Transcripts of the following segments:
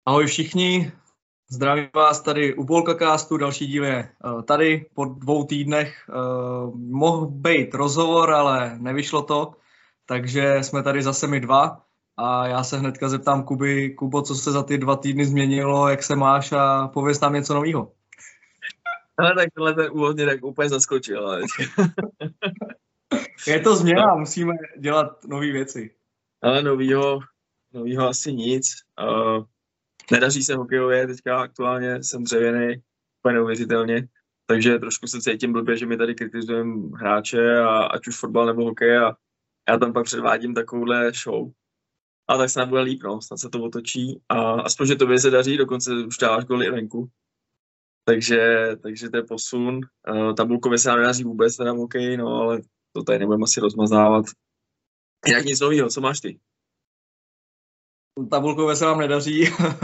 Ahoj všichni, zdravím vás tady u Bolkacastu, další díl je tady po 2 týdnech. Mohl být rozhovor, ale nevyšlo to, takže jsme tady zase my dva a já se hnedka zeptám Kuby. Kubo, co se za ty 2 týdny změnilo, jak se máš a pověz nám něco nového. Ale tak tohle ten úvod mě tak úplně zaskočil. Ale... Je to změna, musíme dělat nové věci. Ale novýho asi nic. Nedaří se hokejově teďka aktuálně, jsem dřevěný, úplně neuvěřitelně. Takže trošku se cítím blbě, že mi tady kritizujeme hráče, a ať už fotbal nebo hokej, a já tam pak předvádím takovouhle show. A tak snad bude líp, no, snad se to otočí. A aspoň, že tobě se daří, dokonce už dáváš goly venku. Takže to je posun. Tabulkově se nám nedaří vůbec teda v hokeji, no, ale to tady nebudeme asi rozmazávat. Jak nic novýho, co máš ty? Tabulkově se vám nedaří.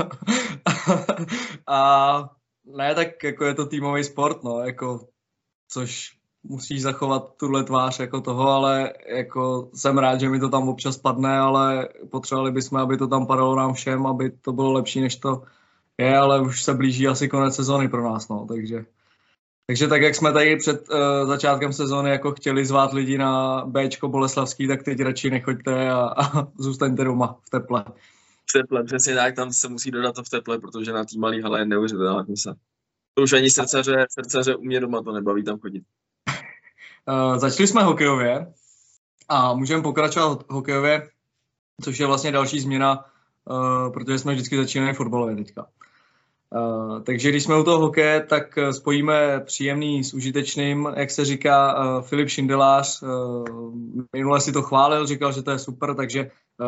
A ne, tak jako je to týmový sport, no, jako, což musíš zachovat tuhle tvář jako toho, ale jako jsem rád, že mi to tam občas padne, ale potřebovali bychom, aby to tam padalo nám všem, aby to bylo lepší, než to je, ale už se blíží asi konec sezóny pro nás, no, takže tak, jak jsme tady před začátkem sezóny jako chtěli zvát lidi na Bčko Boleslavský, tak teď radši nechoďte a zůstaňte doma v teple. V teple, přesně tak, tam se musí dodat to v teple, protože na té malé hale je neuvěřitelná kůsa. To už ani srdcaře u mě doma to nebaví tam chodit. Začali jsme hokejově a můžeme pokračovat hokejově, což je vlastně další změna, protože jsme vždycky začínali fotbalově teďka. Takže když jsme u toho hokeje, tak spojíme příjemný s užitečným, jak se říká. Filip Šindelář minule si to chválil, říkal, že to je super, takže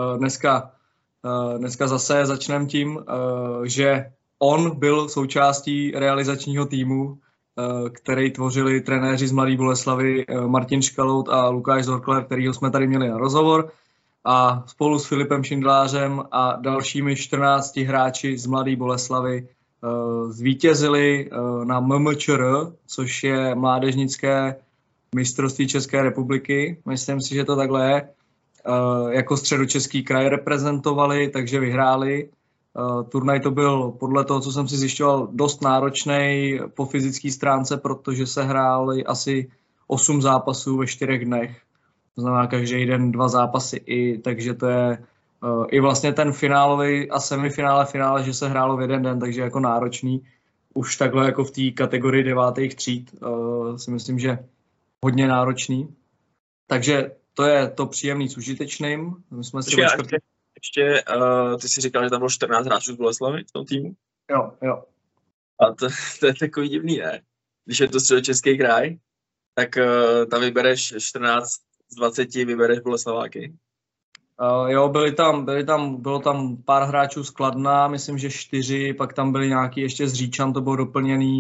dneska zase začneme tím, že on byl součástí realizačního týmu, který tvořili trenéři z Mladé Boleslavi Martin Škalout a Lukáš Zorkler, kterýho jsme tady měli na rozhovor. A spolu s Filipem Šindelářem a dalšími 14 hráči z Mladé Boleslavy zvítězili na MMČR, což je mládežnické mistrovství České republiky. Myslím si, že to takhle je. Jako Středočeský kraj reprezentovali, takže vyhráli. Turnaj to byl podle toho, co jsem si zjišťoval, dost náročný po fyzické stránce, protože se hrály asi 8 zápasů ve 4 dnech. To znamená každý den 2 zápasy, takže to je i vlastně ten finálový a finále, že se hrálo v jeden den, takže jako náročný. Už takhle jako v té kategorii 9. tříd si myslím, že hodně náročný. Takže to je to příjemný s užitečným. My jsme si ještě ty si říkal, že tam bylo 14 hráčů z Boleslavy v tom týmu? Jo. A to je takový divný, ne? Když je to Středočeský kraj, tak tam vybereš 14 z 20, vybereš Boleslaváky. Jo, bylo tam pár hráčů z Kladna, myslím, že 4, pak tam byli nějaký ještě z Říčan, to bylo doplněný.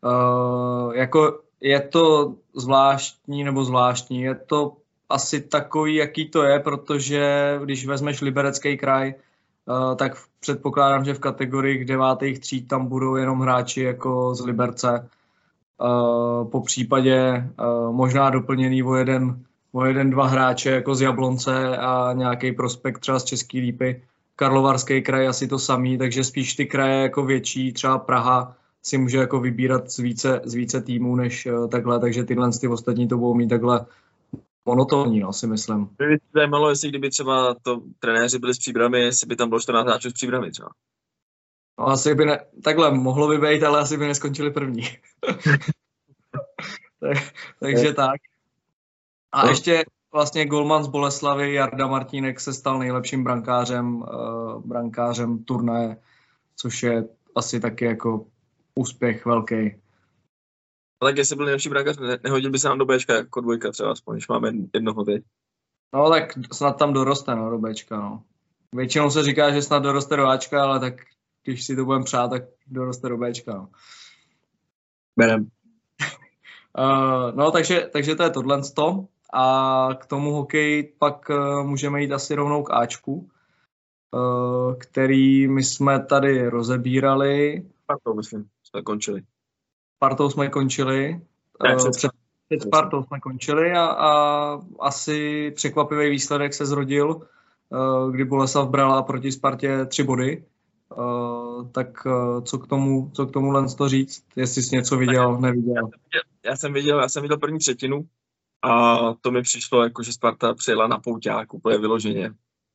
Jako je to zvláštní, je to asi takový, jaký to je, protože když vezmeš Liberecký kraj, tak předpokládám, že v kategoriích 9. tříd tam budou jenom hráči jako z Liberce. Po případě možná doplněný o jeden, 2 hráče jako z Jablonce a nějaký prospekt třeba z Český Lípy. Karlovarský kraj asi to samý, takže spíš ty kraje jako větší, třeba Praha si může jako vybírat z více týmů než takhle, takže tyhle ty ostatní to budou mít takhle monotónní, no, si myslím. By mě zajímalo, jestli kdyby třeba to trenéři byli z Příbrami, jestli by tam bylo 14 hráčů z Příbrami třeba. No asi by takhle mohlo by být, ale asi by neskončili první. Takže tak. A ještě vlastně golman z Boleslavy Jarda Martínek se stal nejlepším brankářem turnaje, což je asi taky jako úspěch velký. A tak jestli byl nejlepší brankář, nehodil by se nám do Bčka jako 2 třeba, aspoň, když máme jednoho teď. No tak snad tam doroste, no, do Bčka, no. Většinou se říká, že snad doroste do Ačka, ale tak když si to budeme přát, tak doroste do Bčka, no. Berem. No, takže to je tohleto. A k tomu hokeji pak můžeme jít asi rovnou k Ačku, který my jsme tady rozebírali. Spartou, myslím, jsme končili. Spartou jsme končili. Před Spartou jsme končili a asi překvapivý výsledek se zrodil, kdy Boleslav brala proti Spartě 3 body. tak co k tomu len to říct, jestli jsi něco viděl, neviděl. Já jsem viděl první třetinu a to mi přišlo, jako že Sparta přijela na pouťák úplně vyloženě.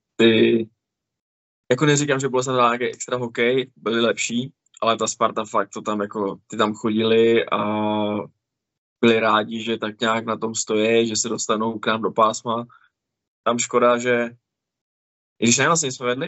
Jako neříkám, že Boleslav hrála nějaký extra hokej, byli lepší, ale ta Sparta fakt to tam jako, ty tam chodili a byli rádi, že tak nějak na tom stojí, že se dostanou k nám do pásma. Tam škoda, že i když ne, vlastně jsme vedli?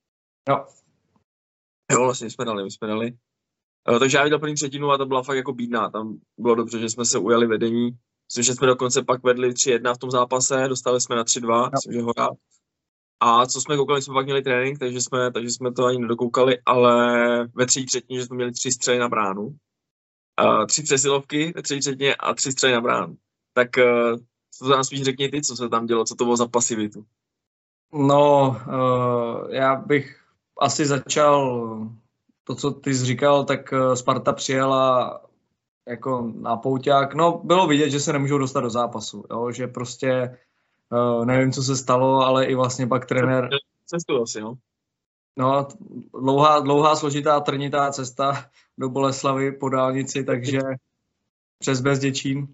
Jo, vlastně my jsme dali. Takže já viděl první třetinu a to byla fakt jako bídná. Tam bylo dobře, že jsme se ujali vedení. Myslím, že jsme dokonce pak vedli 3-1 v tom zápase, dostali jsme na 3-2, myslím, že hora. A co jsme koukali, jsme pak měli trénink, takže jsme to ani nedokoukali, ale ve třetí třetině, že jsme měli 3 střely na bránu. 3 přesilovky ve třetí třetině a 3 střely na bránu. Tak to nám spíš řekni ty, co se tam dělo, co to bylo za pasivitu. No, já bych asi začal to, co ty jsi říkal, tak Sparta přijela jako na pouťák. No, bylo vidět, že se nemůžou dostat do zápasu, jo? Že prostě nevím, co se stalo, ale i vlastně pak trenér... Cestu asi, no. No, dlouhá, složitá, trnitá cesta do Boleslavy po dálnici, takže přes Bezděčín.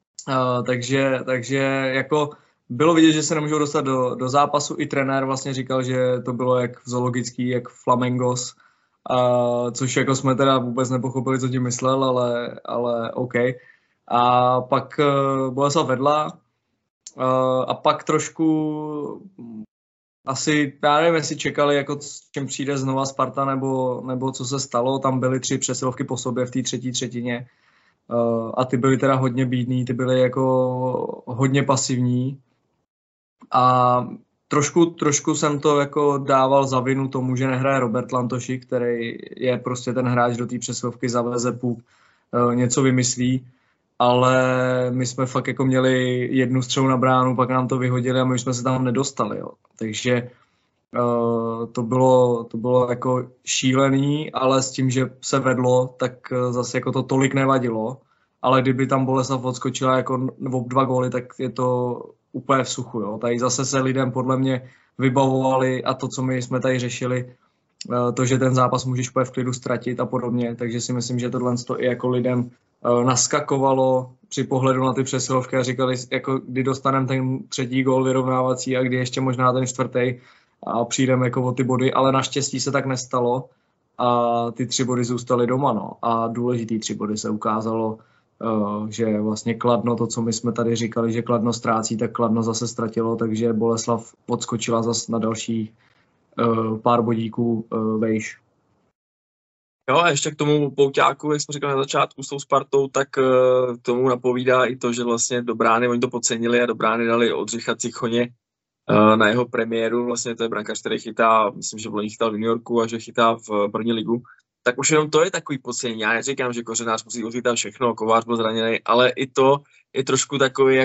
Takže jako bylo vidět, že se nemůžou dostat do zápasu. I trenér vlastně říkal, že to bylo jak v zoologický, jak Flamengos, což jako jsme teda vůbec nepochopili, co tím myslel, ale OK. A pak Boleslav vedla a pak trošku asi, já nevím, jestli čekali, jako s čím přijde znova Sparta, nebo co se stalo. Tam byly 3 přesilovky po sobě v té třetí třetině. A ty byly teda hodně bídný, ty byly jako hodně pasivní. A trošku jsem to jako dával za vinu tomu, že nehraje Robert Lantoši, který je prostě ten hráč do té přesilovky, zaveze puk, něco vymyslí. Ale my jsme fakt jako měli 1 střelu na bránu, pak nám to vyhodili a my jsme se tam nedostali. Jo. Takže to bylo jako šílený, ale s tím, že se vedlo, tak zase jako to tolik nevadilo. Ale kdyby tam Boleslav odskočila jako o 2 góly, tak je to úplně v suchu. Jo. Tady zase se lidem podle mě vybavovali a to, co my jsme tady řešili, to, že ten zápas můžeš úplně v klidu ztratit a podobně. Takže si myslím, že tohle i jako lidem naskakovalo při pohledu na ty přesilovky a říkali, jako kdy dostaneme ten 3. gól vyrovnávací a kdy ještě možná ten 4. a přijdeme jako o ty body, ale naštěstí se tak nestalo a ty 3 body zůstaly doma. No. A důležitý 3 body se ukázalo, že vlastně Kladno, to, co my jsme tady říkali, že Kladno ztrácí, tak Kladno zase ztratilo, takže Boleslav odskočila zase na další pár bodíků vejš. Jo, a ještě k tomu pouťáku, jak jsme říkali na začátku s tou Spartou, tak tomu napovídá i to, že vlastně do brány oni to podcenili a do brány dali Oldřicha Cichoně na jeho premiéru. Vlastně to je brankář, který chytá, myslím, že v loni chytal v New Yorku a že chytá v první ligu. Tak už jenom to je takový podcenění. Já neříkám, že Kořenář musí odchytat všechno, Kovář byl zraněný, ale i to je trošku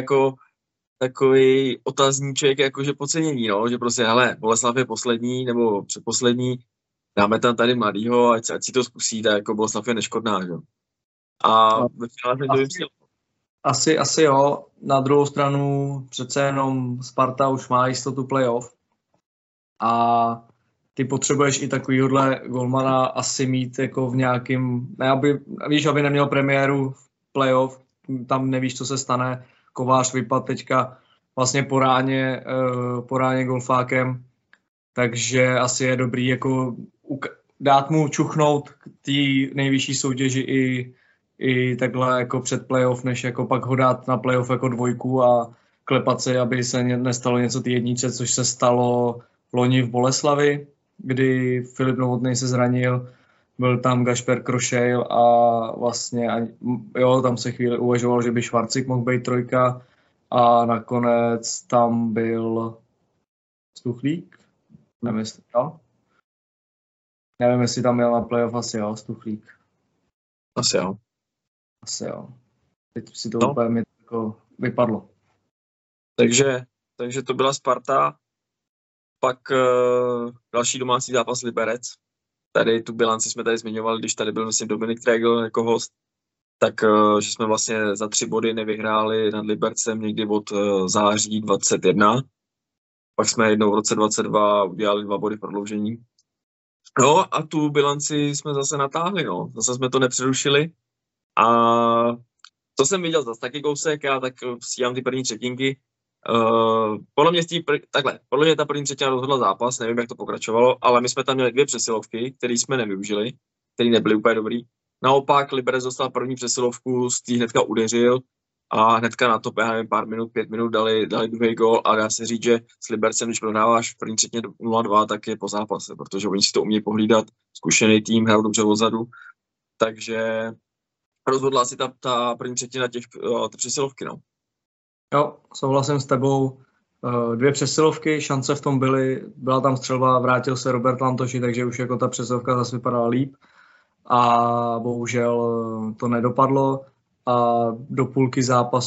takový otazníček, jakože podcenění, no? Že prostě, hele, Boleslav je poslední nebo předposlední, dáme tam tady mladýho, ať si to zkusí, tak jako Boleslav je neškodná, že? A ve finále to vymyslel. Asi jo. Na druhou stranu přece jenom Sparta už má jistotu playoff a ty potřebuješ i takovýhodle golmana asi mít jako v nějakým, aby neměl premiéru v playoff, tam nevíš, co se stane. Kovář vypadl teďka vlastně po ráně golfákem, takže asi je dobrý jako dát mu čuchnout k té nejvyšší soutěži i takhle jako před playoff, než jako pak ho dát na playoff jako 2 a klepat se, aby se nestalo něco té jedničce, což se stalo loni v Boleslavi, kdy Filip Novotný se zranil, byl tam Gašper Krošejl a vlastně jo, tam se chvíli uvažoval, že by Švarcik mohl být 3 a nakonec tam byl Stuchlík, nevím, jestli tam měl na playoff, asi jo, Stuchlík. Asi jo. Teď si to úplně mi jako vypadlo. Takže to byla Sparta. Pak další domácí zápas Liberec. Tady tu bilanci jsme tady zmiňovali, když tady byl myslím Dominik Tregl jako host, tak že jsme vlastně za 3 body nevyhráli nad Libercem někdy od září 21. Pak jsme jednou v roce 22 udělali 2 body v prodloužení. No a tu bilanci jsme zase natáhli, no. Zase jsme to nepřerušili. A to jsem viděl zase taky kousek, já tak stíhám ty první třetinky. Podle mě ta první třetina rozhodla zápas, nevím, jak to pokračovalo, ale my jsme tam měli 2 přesilovky, které jsme nevyužili, které nebyly úplně dobrý. Naopak Liberec dostal první přesilovku, z té hnedka udeřil a hnedka na to, já nevím, pár minut, 5 minut dali druhý gól a dá se říct, že s Libercem, když prohráváš v první třetině 0-2, tak je po zápase, protože oni si to umějí pohlídat, zkušený tým, hrál dobře odzadu, takže rozhodla si ta první třetina ty přesilovky, no. Jo, souhlasím s tebou. 2 přesilovky, šance v tom byly, byla tam střelba, vrátil se Robert Lantoši, takže už jako ta přesilovka zase vypadala líp a bohužel to nedopadlo a do půlky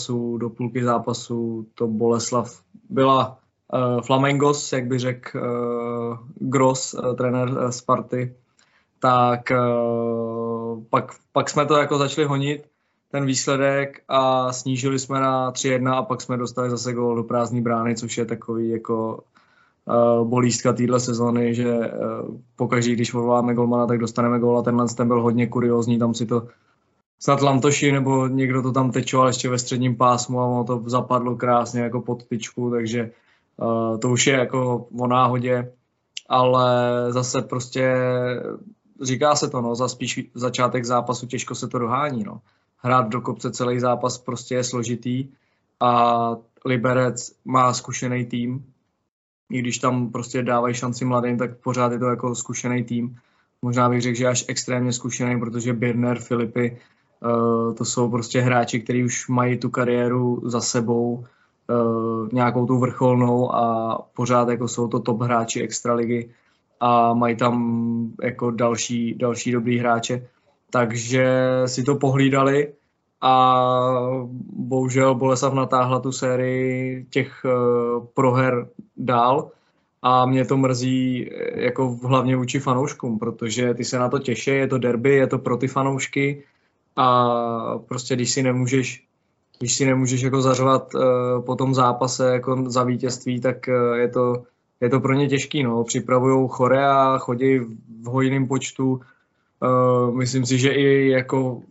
zápasu to Boleslav byla Flamengos, jak by řekl Gross, trenér Sparty, tak pak jsme to jako začali honit, ten výsledek a snížili jsme na 3-1 a pak jsme dostali zase gól do prázdné brány, což je takový jako bolístka téhle sezóny, že pokaždé, když odvoláme golmana, tak dostaneme gól a ten byl hodně kuriózní, tam si to snad Lantoši nebo někdo to tam tečoval ještě ve středním pásmu a ono to zapadlo krásně jako pod tyčku, takže to už je jako o náhodě, ale zase prostě říká se to, no, za spíš začátek zápasu těžko se to dohání, no. Hrát do kopce celý zápas prostě je složitý a Liberec má zkušený tým. I když tam prostě dávají šanci mladým, tak pořád je to jako zkušený tým. Možná bych řekl, že až extrémně zkušený, protože Birner, Filipy, to jsou prostě hráči, kteří už mají tu kariéru za sebou, nějakou tu vrcholnou a pořád jako jsou to top hráči extraligy a mají tam jako další dobrý hráče. Takže si to pohlídali a bohužel Boleslav natáhla tu sérii těch proher dál a mě to mrzí jako hlavně vůči fanouškům, protože ty se na to těší, je to derby, je to pro ty fanoušky a prostě když si nemůžeš jako zařvat po tom zápase jako za vítězství, tak je to pro ně těžký, no. Připravujou chorea, chodí v hojném počtu. Myslím si, že i jako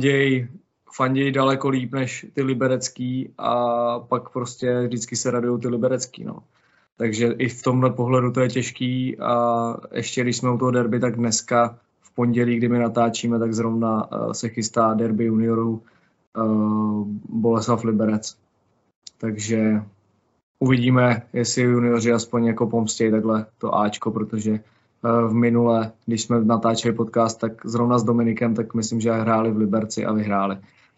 fanděj daleko líp než ty liberecký a pak prostě vždycky se radují ty liberecký, no. Takže i v tomhle pohledu to je těžký a ještě když jsme u toho derby, tak dneska v pondělí, kdy my natáčíme, tak zrovna se chystá derby juniorů Boleslav Liberec. Takže uvidíme, jestli junioři aspoň jako pomstějí takhle to Ačko, protože v minule, když jsme natáčeli podcast, tak zrovna s Dominikem, tak myslím, že hráli v Liberci a vyhráli.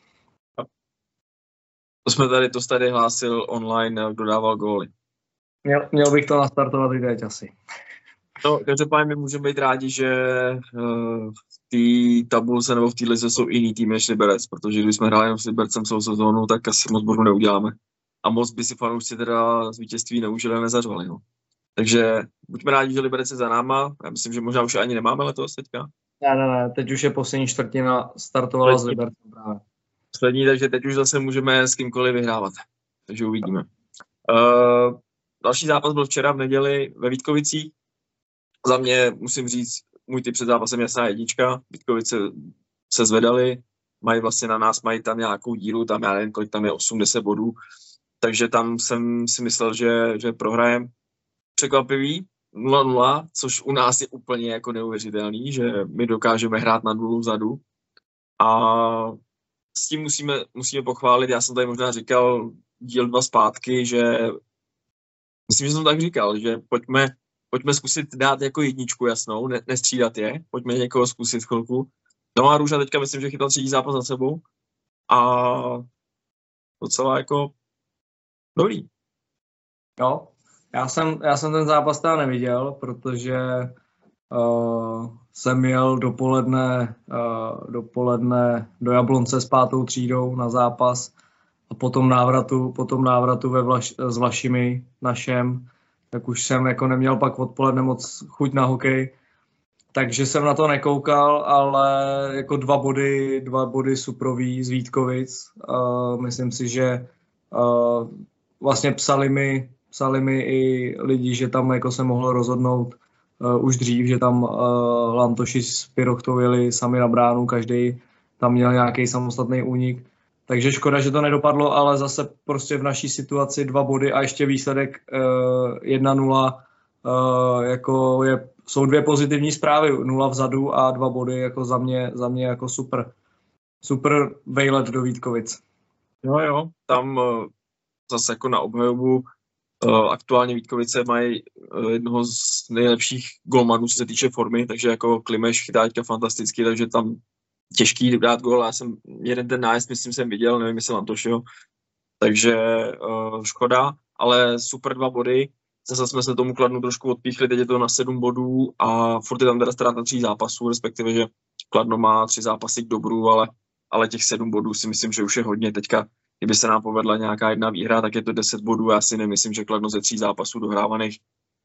To tady hlásil online, kdo dával góly. Měl bych to nastartovat i teď asi. No, každopádně my můžeme být rádi, že v té tabulce nebo v té lize jsou jiný týmy než Liberec, protože když jsme hráli jenom s Libercem celou sezónu, tak asi moc bodu neuděláme. A moc by si fanoušci teda z vítězství neužili a nezařvali. No. Takže buďme rádi, že Liberec je za náma. Já myslím, že možná už ani nemáme letos teďka. Ne, teď už je poslední čtvrtina, startovala s Libercem právě. Poslední, takže teď už zase můžeme s kýmkoliv vyhrávat. Takže uvidíme. Další zápas byl včera v neděli ve Vítkovicích. Za mě musím říct, můj tip před zápasem jasná jednička. Vítkovice se zvedali, mají vlastně na nás, mají tam nějakou díru, tam já nevím, kolik tam je, 8-10 bodů. Takže tam jsem si myslel, že prohrajeme. Překvapivý, 0-0, což u nás je úplně jako neuvěřitelný, že my dokážeme hrát na 0 vzadu. A s tím musíme pochválit, já jsem tady možná říkal díl 2 zpátky, že myslím, že jsem tak říkal, že pojďme zkusit dát jako jedničku jasnou, nestřídat je, pojďme někoho zkusit chvilku. No a Růža teďka myslím, že chytal 3. zápas za sebou a docela jako dobrý. Jo, já jsem ten zápas teda neviděl, protože jsem jel dopoledne do Jablonce s 5. třídou na zápas a po tom návratu s Vlašimi našem, tak už jsem jako neměl pak odpoledne moc chuť na hokej, takže jsem na to nekoukal, ale jako 2 body suprový z Vítkovic. Myslím si, že vlastně psali mi i lidi, že tam jako se mohlo rozhodnout už dřív, že tam Lantoši s Pirochtou jeli sami na bránu, každý tam měl nějaký samostatný únik. Takže škoda, že to nedopadlo, ale zase prostě v naší situaci 2 body a ještě výsledek 1-0, jako jsou 2 pozitivní zprávy, 0 vzadu a 2 body jako za mě jako super vejlet do Vítkovic. Jo, tam zase jako na obhajobu aktuálně Vítkovice mají jednoho z nejlepších golmanů, co se týče formy, takže jako Klimeš chytá teďka fantasticky, takže tam těžký dát gól. Já jsem jeden ten nájezd, myslím, jsem viděl, nevím, jestli Lantošiho, takže škoda, ale super 2 body. Zase jsme se tomu Kladnu trošku odpíchli, teď je to na 7 bodů a furt je tam teda ztráta 3 zápasů, respektive, že Kladno má 3 zápasy k dobru, ale těch 7 bodů si myslím, že už je hodně. Teďka, kdyby se nám povedla nějaká jedna výhra, tak je to 10 bodů. Já si nemyslím, že Kladno ze 3 zápasů dohrávaných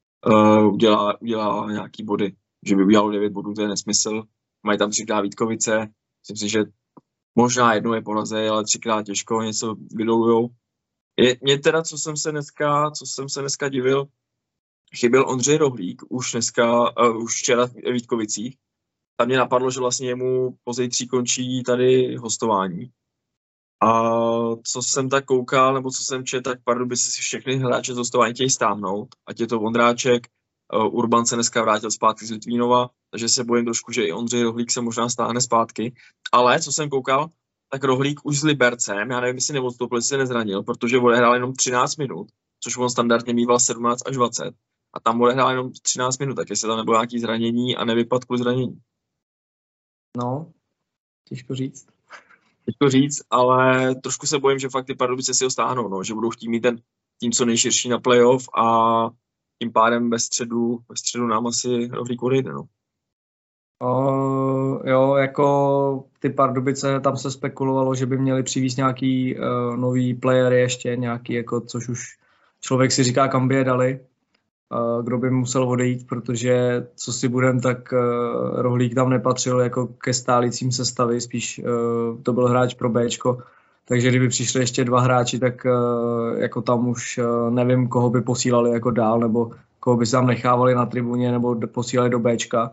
udělá nějaký body. Že by udělalo 9 bodů, to je nesmysl. Mají tam 3krát Vítkovice. Myslím si, že možná jednou je porazej, ale 3krát těžko něco vydoujou. Mě teda, co jsem se dneska divil, chyběl Ondřej Rohlík už včera v Vítkovicích. Tam mě napadlo, že vlastně jemu pozítří končí tady hostování. A co jsem tak koukal, nebo co jsem četl, tak Pardubice si všechny hráče z hostování chtějí stáhnout. Ať je to Vondráček, Urban se dneska vrátil zpátky z Litvínova, takže se bojím trošku, že i Ondřej Rohlík se možná stáhne zpátky. Ale co jsem koukal, tak Rohlík už s Libercem, já nevím, jestli neodstoupil, jestli se nezranil, protože odehrál jenom 13 minut, což on standardně mýval 17 až 20. A tam odehrál jenom 13 minut, tak jestli tam nebylo nějaké zranění a nevypadl kvůli zranění. No, těžko říct. Těžko říct, ale trošku se bojím, že fakt ty Pardubice si ho stáhnou, no, že budou chtít mít ten tým co nejširší na playoff a tím pádem ve středu nám asi Rohlík odejde, no. Jo, jako ty Pardubice, tam se spekulovalo, že by měli přivést nějaký nový playery ještě, nějaký, jako, což už člověk si říká, kam by je dali, kdo by musel odejít, protože co si budem, tak Rohlík tam nepatřil jako ke stálícím sestavy, spíš to byl hráč pro Bčko, takže kdyby přišli ještě 2 hráči, tak jako tam už nevím, koho by posílali jako dál, nebo koho by se tam nechávali na tribuně, nebo posílali do Bčka.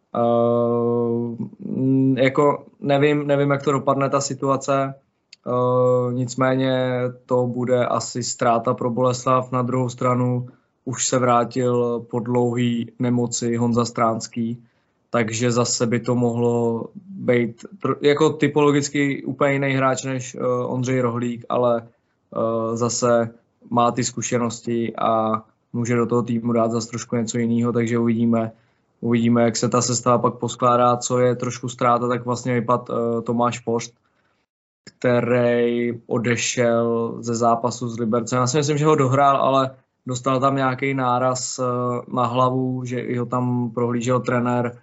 Jako nevím, jak to dopadne ta situace, nicméně to bude asi ztráta pro Boleslav. Na druhou stranu už se vrátil po dlouhý nemoci Honza Stránský, takže zase by to mohlo být jako typologicky úplně jiný hráč než Ondřej Rohlík, ale zase má ty zkušenosti a může do toho týmu dát zase trošku něco jiného, takže uvidíme, jak se ta sestava pak poskládá. Co je trošku ztráta, tak vlastně vypadl Tomáš Pošt, který odešel ze zápasu s Libercem. Já si myslím, že ho dohrál, ale dostal tam nějaký náraz na hlavu, že ho tam prohlížel trenér,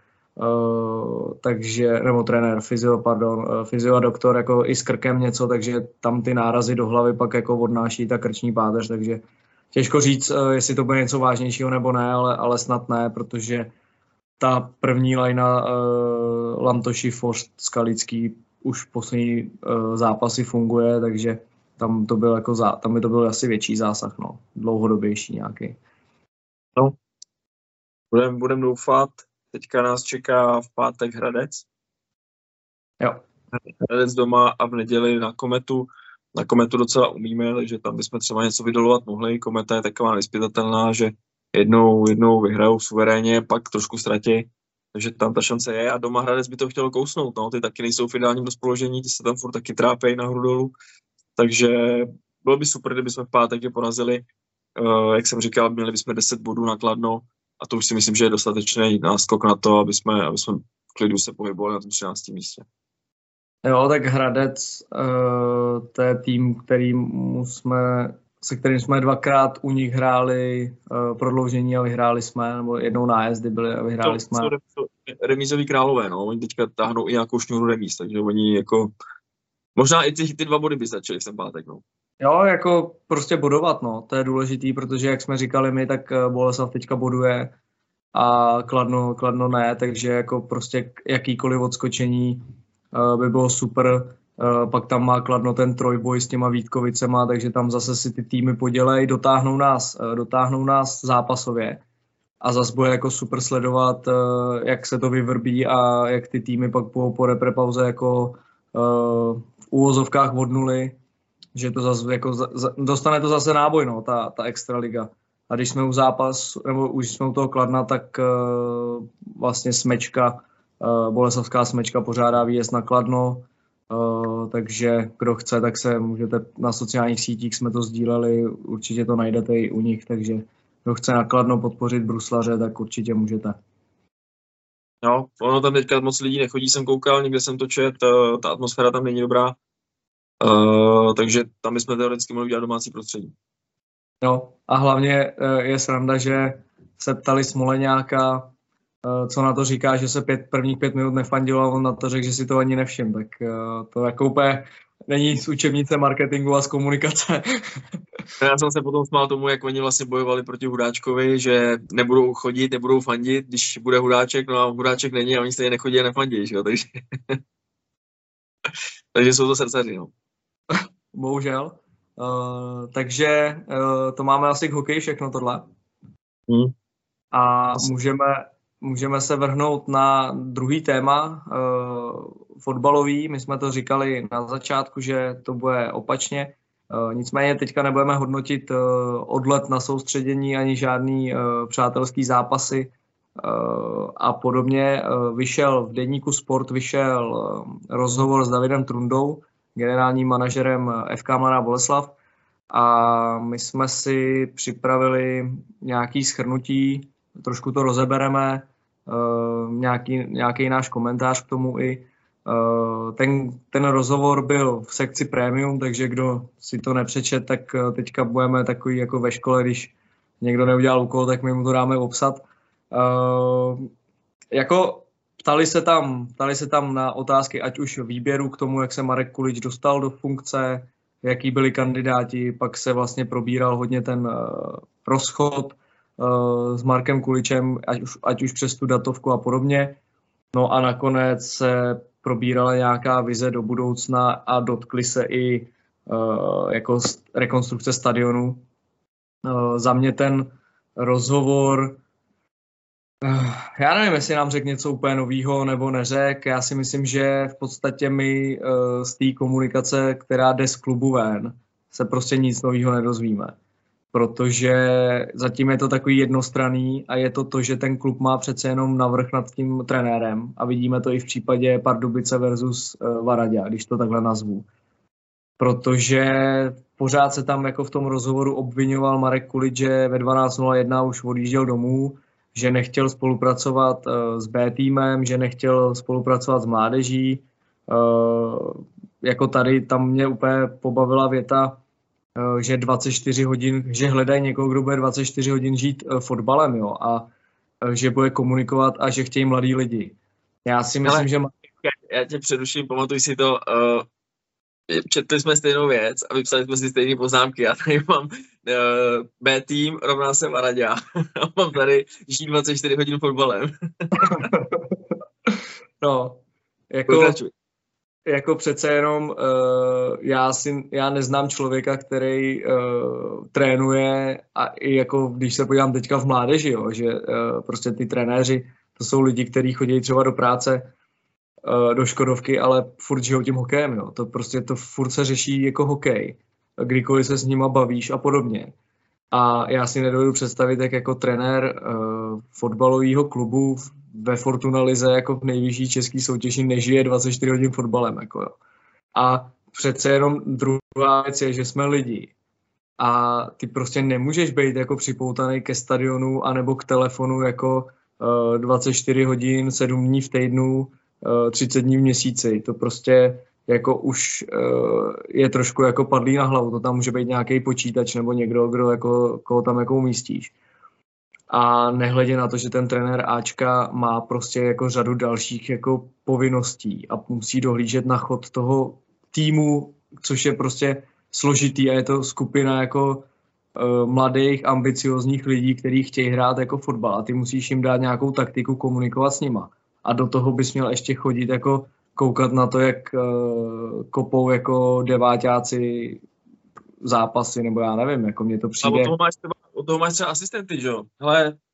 nebo trenér, fyzio a doktor, jako i s krkem něco, takže tam ty nárazy do hlavy pak jako odnáší ta krční páteř, takže těžko říct, jestli to bude něco vážnějšího nebo ne, ale snad ne, protože ta první lajna Lantoši, Forst, Skalický už poslední zápasy funguje, takže tam by to byl asi větší zásah, no, dlouhodobější nějaký. No, budem doufat. Teďka nás čeká v pátek Hradec. Jo. Hradec doma a v neděli na Kometu. Na Kometu docela umíme, takže tam bychom třeba něco vydolovat mohli. Kometa je taková nezpytatelná, že jednou vyhrajou suverénně, pak trošku ztratí. Takže tam ta šance je a doma Hradec by to chtělo kousnout. No. Ty taky nejsou v ideálním rozpoložení, ty se tam furt taky trápejí nahoru dolů. Takže bylo by super, kdyby jsme v pátek je porazili. Jak jsem říkal, měli bychom 10 bodů na Kladno a to už si myslím, že je dostatečný náskok na to, aby jsme v klidu se pohybovali na tom 13. místě. Jo, tak Hradec, to je tým, se kterým jsme 2krát u nich hráli prodloužení a vyhráli jsme, nebo jednou nájezdy byli a vyhráli jsme. To remízoví králové, no, oni teďka táhnou i nějakou šňůru remíz, takže oni jako, možná i ty 2 body by stačily v ten pátek, no. Jo, jako prostě bodovat, no, to je důležitý, protože jak jsme říkali my, tak Boleslav teďka boduje a Kladno ne, takže jako prostě jakýkoliv odskočení by bylo super. Pak tam má Kladno ten trojboj s těma Vítkovicema, takže tam zase si ty týmy podělej, dotáhnou nás zápasově a zas bude jako super sledovat, jak se to vyvrbí a jak ty týmy pak po repre pauze jako v úvozovkách od nuly, že to zase jako dostane to zase náboj, no, ta extraliga. A když jsme u zápas, nebo už jsme u toho Kladna, tak vlastně Smečka, Boleslavská Smečka pořádá výjezd na Kladno, takže kdo chce, tak se můžete na sociálních sítích, jsme to sdíleli, určitě to najdete i u nich, takže kdo chce na Kladno podpořit bruslaře, tak určitě můžete. No, ono tam teďka moc lidí nechodí, jsem koukal, někde jsem to čet, ta atmosféra tam není dobrá, takže tam bychom teoreticky mohli udělat domácí prostředí. No a hlavně je sranda, že se ptali Smoleňáka, co na to říká, že se prvních 5 minut nefandilo a on na to řekl, že si to ani nevšim, tak to jako úplně není z učebnice marketingu a z komunikace. Já jsem se potom smál tomu, jak oni vlastně bojovali proti Hudáčkovi, že nebudou chodit, nebudou fandit, když bude Hudáček, no a Hudáček není a oni stejně nechodí a nefandí, že jo, takže... takže jsou to srdcaři, no. Bohužel. Takže to máme asi k hokeji všechno tohle. A můžeme se vrhnout na druhý téma, fotbalový. My jsme to říkali na začátku, že to bude opačně. Nicméně teďka nebudeme hodnotit odlet na soustředění ani žádný přátelský zápasy a podobně. Vyšel v deníku Sport rozhovor s Davidem Trundou, generálním manažerem FK Mladá Boleslav, a my jsme si připravili nějaké shrnutí, trošku to rozebereme, nějaký náš komentář k tomu i. Ten rozhovor byl v sekci Premium, takže kdo si to nepřečet, tak teďka budeme takový jako ve škole, když někdo neudělal úkol, tak my mu to dáme obsat. Jako ptali se tam na otázky, ať už výběru k tomu, jak se Marek Kulič dostal do funkce, jaký byli kandidáti, pak se vlastně probíral hodně ten rozchod s Markem Kuličem, ať už přes tu datovku a podobně. No a nakonec se probírala nějaká vize do budoucna a dotkli se i jako rekonstrukce stadionu. Za mě ten rozhovor, já nevím, jestli nám řekl něco úplně novýho nebo neřekl. Já si myslím, že v podstatě my z té komunikace, která jde z klubu ven, se prostě nic novýho nedozvíme. Protože zatím je to takový jednostranný a je to, že ten klub má přece jenom navrch nad tím trenérem a vidíme to i v případě Pardubice versus Varaďa, když to takhle nazvu. Protože pořád se tam jako v tom rozhovoru obvinoval Marek Kulič, že ve 12:01 už odjížděl domů, že nechtěl spolupracovat s B týmem, že nechtěl spolupracovat s mládeží. Jako tady tam mě úplně pobavila věta, že 24 hodin, že hledají někoho, kdo bude 24 hodin žít fotbalem, jo, a že bude komunikovat a že chtějí mladí lidi. Já si myslím, že... Já tě přeruším, pamatuj si to, četli jsme stejnou věc a vypsali jsme si stejné poznámky. Já tady mám B tým rovná se Varaďa. A mám tady žít 24 hodin fotbalem. No, jako přece jenom já neznám člověka, který trénuje a i jako když se podívám teďka v mládeži, jo, že prostě ty trenéři, to jsou lidi, kteří chodí třeba do práce, do Škodovky, ale furt žijou tím hokejem, jo. To prostě to furt se řeší jako hokej, kdykoliv se s nima bavíš a podobně. A já si nedovedu představit, jak jako trenér fotbalového klubu ve Fortuna lize jako v nejvyšší český soutěži nežije 24 hodin fotbalem. Jako jo. A přece jenom druhá věc je, že jsme lidi. A ty prostě nemůžeš být jako připoutaný ke stadionu anebo k telefonu jako 24 hodin, 7 dní v týdnu, 30 dní v měsíci. To prostě jako už je trošku jako padlý na hlavu. To tam může být nějaký počítač nebo někdo, kdo jako, koho tam jako umístíš. A nehledě na to, že ten trenér Ačka má prostě jako řadu dalších jako povinností a musí dohlížet na chod toho týmu, což je prostě složitý a je to skupina jako mladých, ambiciozních lidí, kteří chtějí hrát jako fotbal a ty musíš jim dát nějakou taktiku, komunikovat s nima. A do toho bys měl ještě chodit jako koukat na to, jak kopou jako deváťáci zápasy, nebo já nevím, jako mně to přijde. A od toho máš třeba asistenty, že jo? Hele,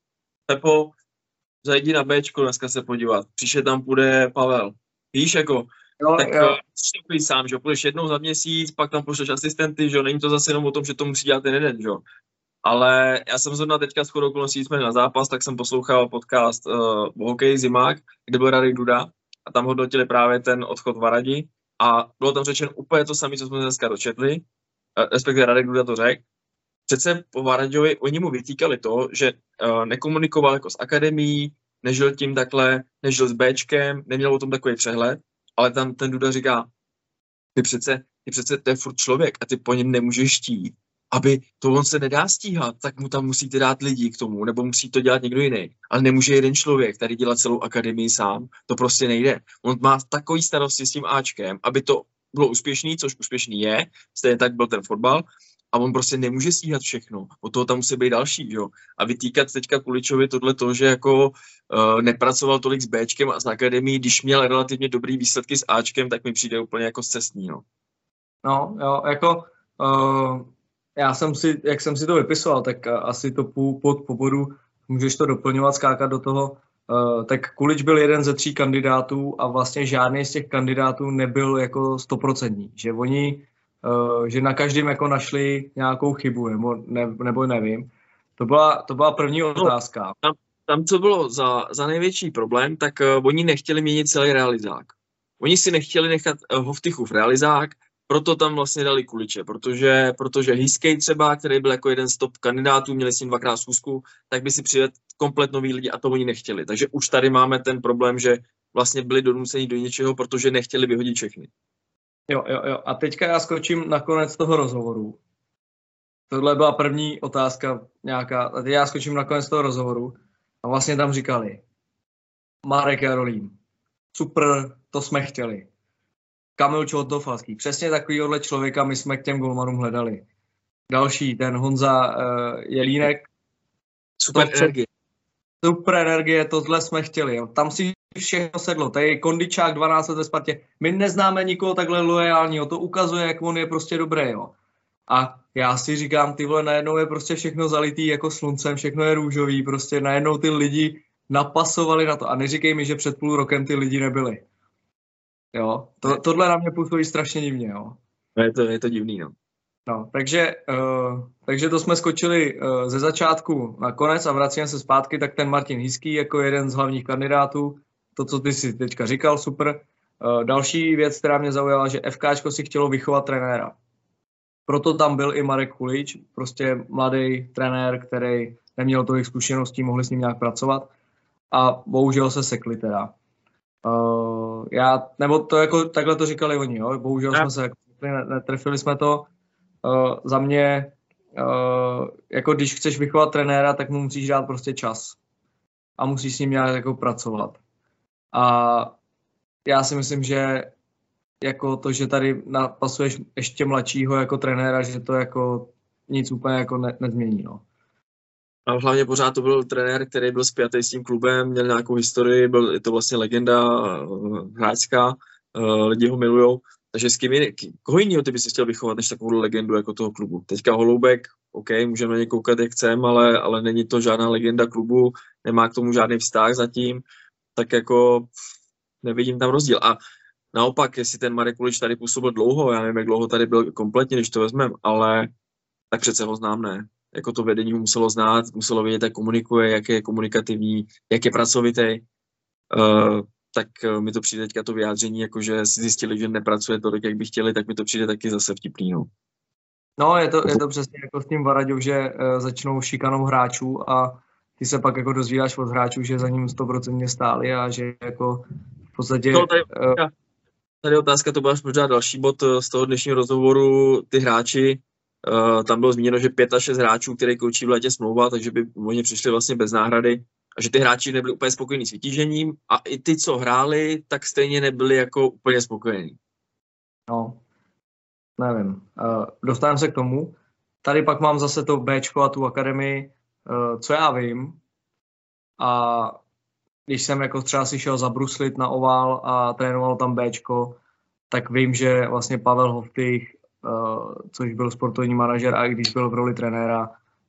Pepo, zajdi na Bčko dneska se podívat, příště tam půjde Pavel. Víš, jako, Jo, tak jo. jsi sám, že půjdeš jednou za měsíc, pak tam pošleš asistenty, že není to zase jenom o tom, že to musí dělat ten jeden, že jo. Ale já jsem zrovna teďka shodou okolností jsme na zápas, tak jsem poslouchal podcast Hokej Zimák, kde byl Radek Duda a tam hodnotili právě ten odchod Varadi a bylo tam řečeno úplně to samé, co jsme dneska dočetli, respektive Radek Duda to řekl. Přece po Varadiovi oni mu vytýkali to, že nekomunikoval jako s akademií, nežil tím takhle, nežil s Bčkem, neměl o tom takový přehled, ale tam ten Duda říká, ty přece to je furt člověk a ty po něm nemůžeš štít, aby to on se nedá stíhat, tak mu tam musíte dát lidi k tomu, nebo musí to dělat někdo jiný. Ale nemůže jeden člověk tady dělat celou akademii sám, to prostě nejde. On má takový starosti s tím Ačkem, aby to bylo úspěšný, což úspěšný je, stejně tak byl ten fotbal, a on prostě nemůže stíhat všechno. Od toho tam musí být další, jo. A vytýkat teďka Kuličovi tohle, že jako nepracoval tolik s Bčkem a s akademií, když měl relativně dobrý výsledky s Ačkem, tak mi přijde úplně jako scestný, no. No, jo, jako já jsem si, jak jsem si to vypisoval, tak asi to po bodu můžeš to doplňovat, skákat do toho. Tak Kulič byl jeden ze 3 kandidátů a vlastně žádný z těch kandidátů nebyl jako 100%. Že oni, že na každém jako našli nějakou chybu, nebo nevím. To byla první otázka. Tam co bylo za největší problém, tak oni nechtěli měnit celý realizák. Oni si nechtěli nechat Hovtychův realizák, proto tam vlastně dali Kuliče, protože Hiskej třeba, který byl jako jeden z top kandidátů, měli s ním 2krát schůzku, tak by si přivedl komplet nový lidi a to oni nechtěli. Takže už tady máme ten problém, že vlastně byli donuceni do něčeho, protože nechtěli vyhodit všechny. Jo. A teďka já skočím na konec toho rozhovoru. Tohle byla první otázka nějaká. A teď já skočím na konec toho rozhovoru. A vlastně tam říkali Marek Jarolím. Super, to jsme chtěli. Kamil Čotofalský. Přesně takovýhle člověka my jsme k těm golmanům hledali. Další, ten Honza Jelínek. Super energie, tohle jsme chtěli. Jo. Tam si všechno sedlo. Tady je kondičák 12 let ve Spartě. My neznáme nikoho takhle loajálního. To ukazuje, jak on je prostě dobrý. Jo. A já si říkám, ty vole, najednou je prostě všechno zalitý jako sluncem, všechno je růžový. Prostě najednou ty lidi napasovali na to. A neříkej mi, že před půl rokem ty lidi nebyli. Jo, tohle na mě působí strašně divně, jo. Je to divný, no. No, takže to jsme skočili ze začátku na konec a vracíme se zpátky, tak ten Martin Hiský jako jeden z hlavních kandidátů, to, co ty si teďka říkal, super. Další věc, která mě zaujala, že FKčko si chtělo vychovat trenéra. Proto tam byl i Marek Kulič, prostě mladý trenér, který neměl tolik zkušeností, mohli s ním nějak pracovat a bohužel se sekli teda. Nebo to jako takhle to říkali oni, jo? Bohužel jsme se netrefili jsme to. Za mě, jako když chceš vychovat trenéra, tak mu musíš dát prostě čas a musíš s ním nějak jako pracovat. A já si myslím, že jako to, že tady napasuješ ještě mladšího jako trenéra, že to jako nic úplně jako nezmění, no. A hlavně pořád to byl trenér, který byl spjatý s tím klubem, měl nějakou historii, je to vlastně legenda hráčská, lidi ho milujou. Takže koho jiného ty bys chtěl vychovat než takovou legendu jako toho klubu? Teďka Holoubek, OK, můžeme na ně koukat jak chcem, ale není to žádná legenda klubu, nemá k tomu žádný vztah zatím, tak jako nevidím tam rozdíl. A naopak, jestli ten Marek Kulič tady působil dlouho, já nevím, jak dlouho tady byl kompletně, když to vezmeme, ale tak přece ho znám, ne? Jako to vedení muselo znát, muselo vědět, jak komunikuje, jak je komunikativní, jak je pracovitý. Tak mi to přijde teďka to vyjádření, jakože si zjistili, že nepracuje tolik, jak by chtěli, tak mi to přijde taky zase vtipný. No, je to přesně jako s tím Varaďou, že začnou šikanou hráčů a ty se pak jako dozvídáš od hráčů, že za ním 100% stáli a že jako v podstatě... No, tady otázka, to byl až možná další bod z toho dnešního rozhovoru, ty hráči. Tam bylo zmíněno, že 5 až 6 hráčů, který končí v létě smlouva, takže by oni přišli vlastně bez náhrady a že ty hráči nebyli úplně spokojení s vytížením a i ty, co hráli, tak stejně nebyli jako úplně spokojení. No, nevím. Dostaneme se k tomu. Tady pak mám zase to Bčko a tu akademii, co já vím. A když jsem jako třeba si šel zabruslit na Oval a trénoval tam Bčko, tak vím, že vlastně Pavel Hovtych, což byl sportovní manažer a i když byl v roli trenéra,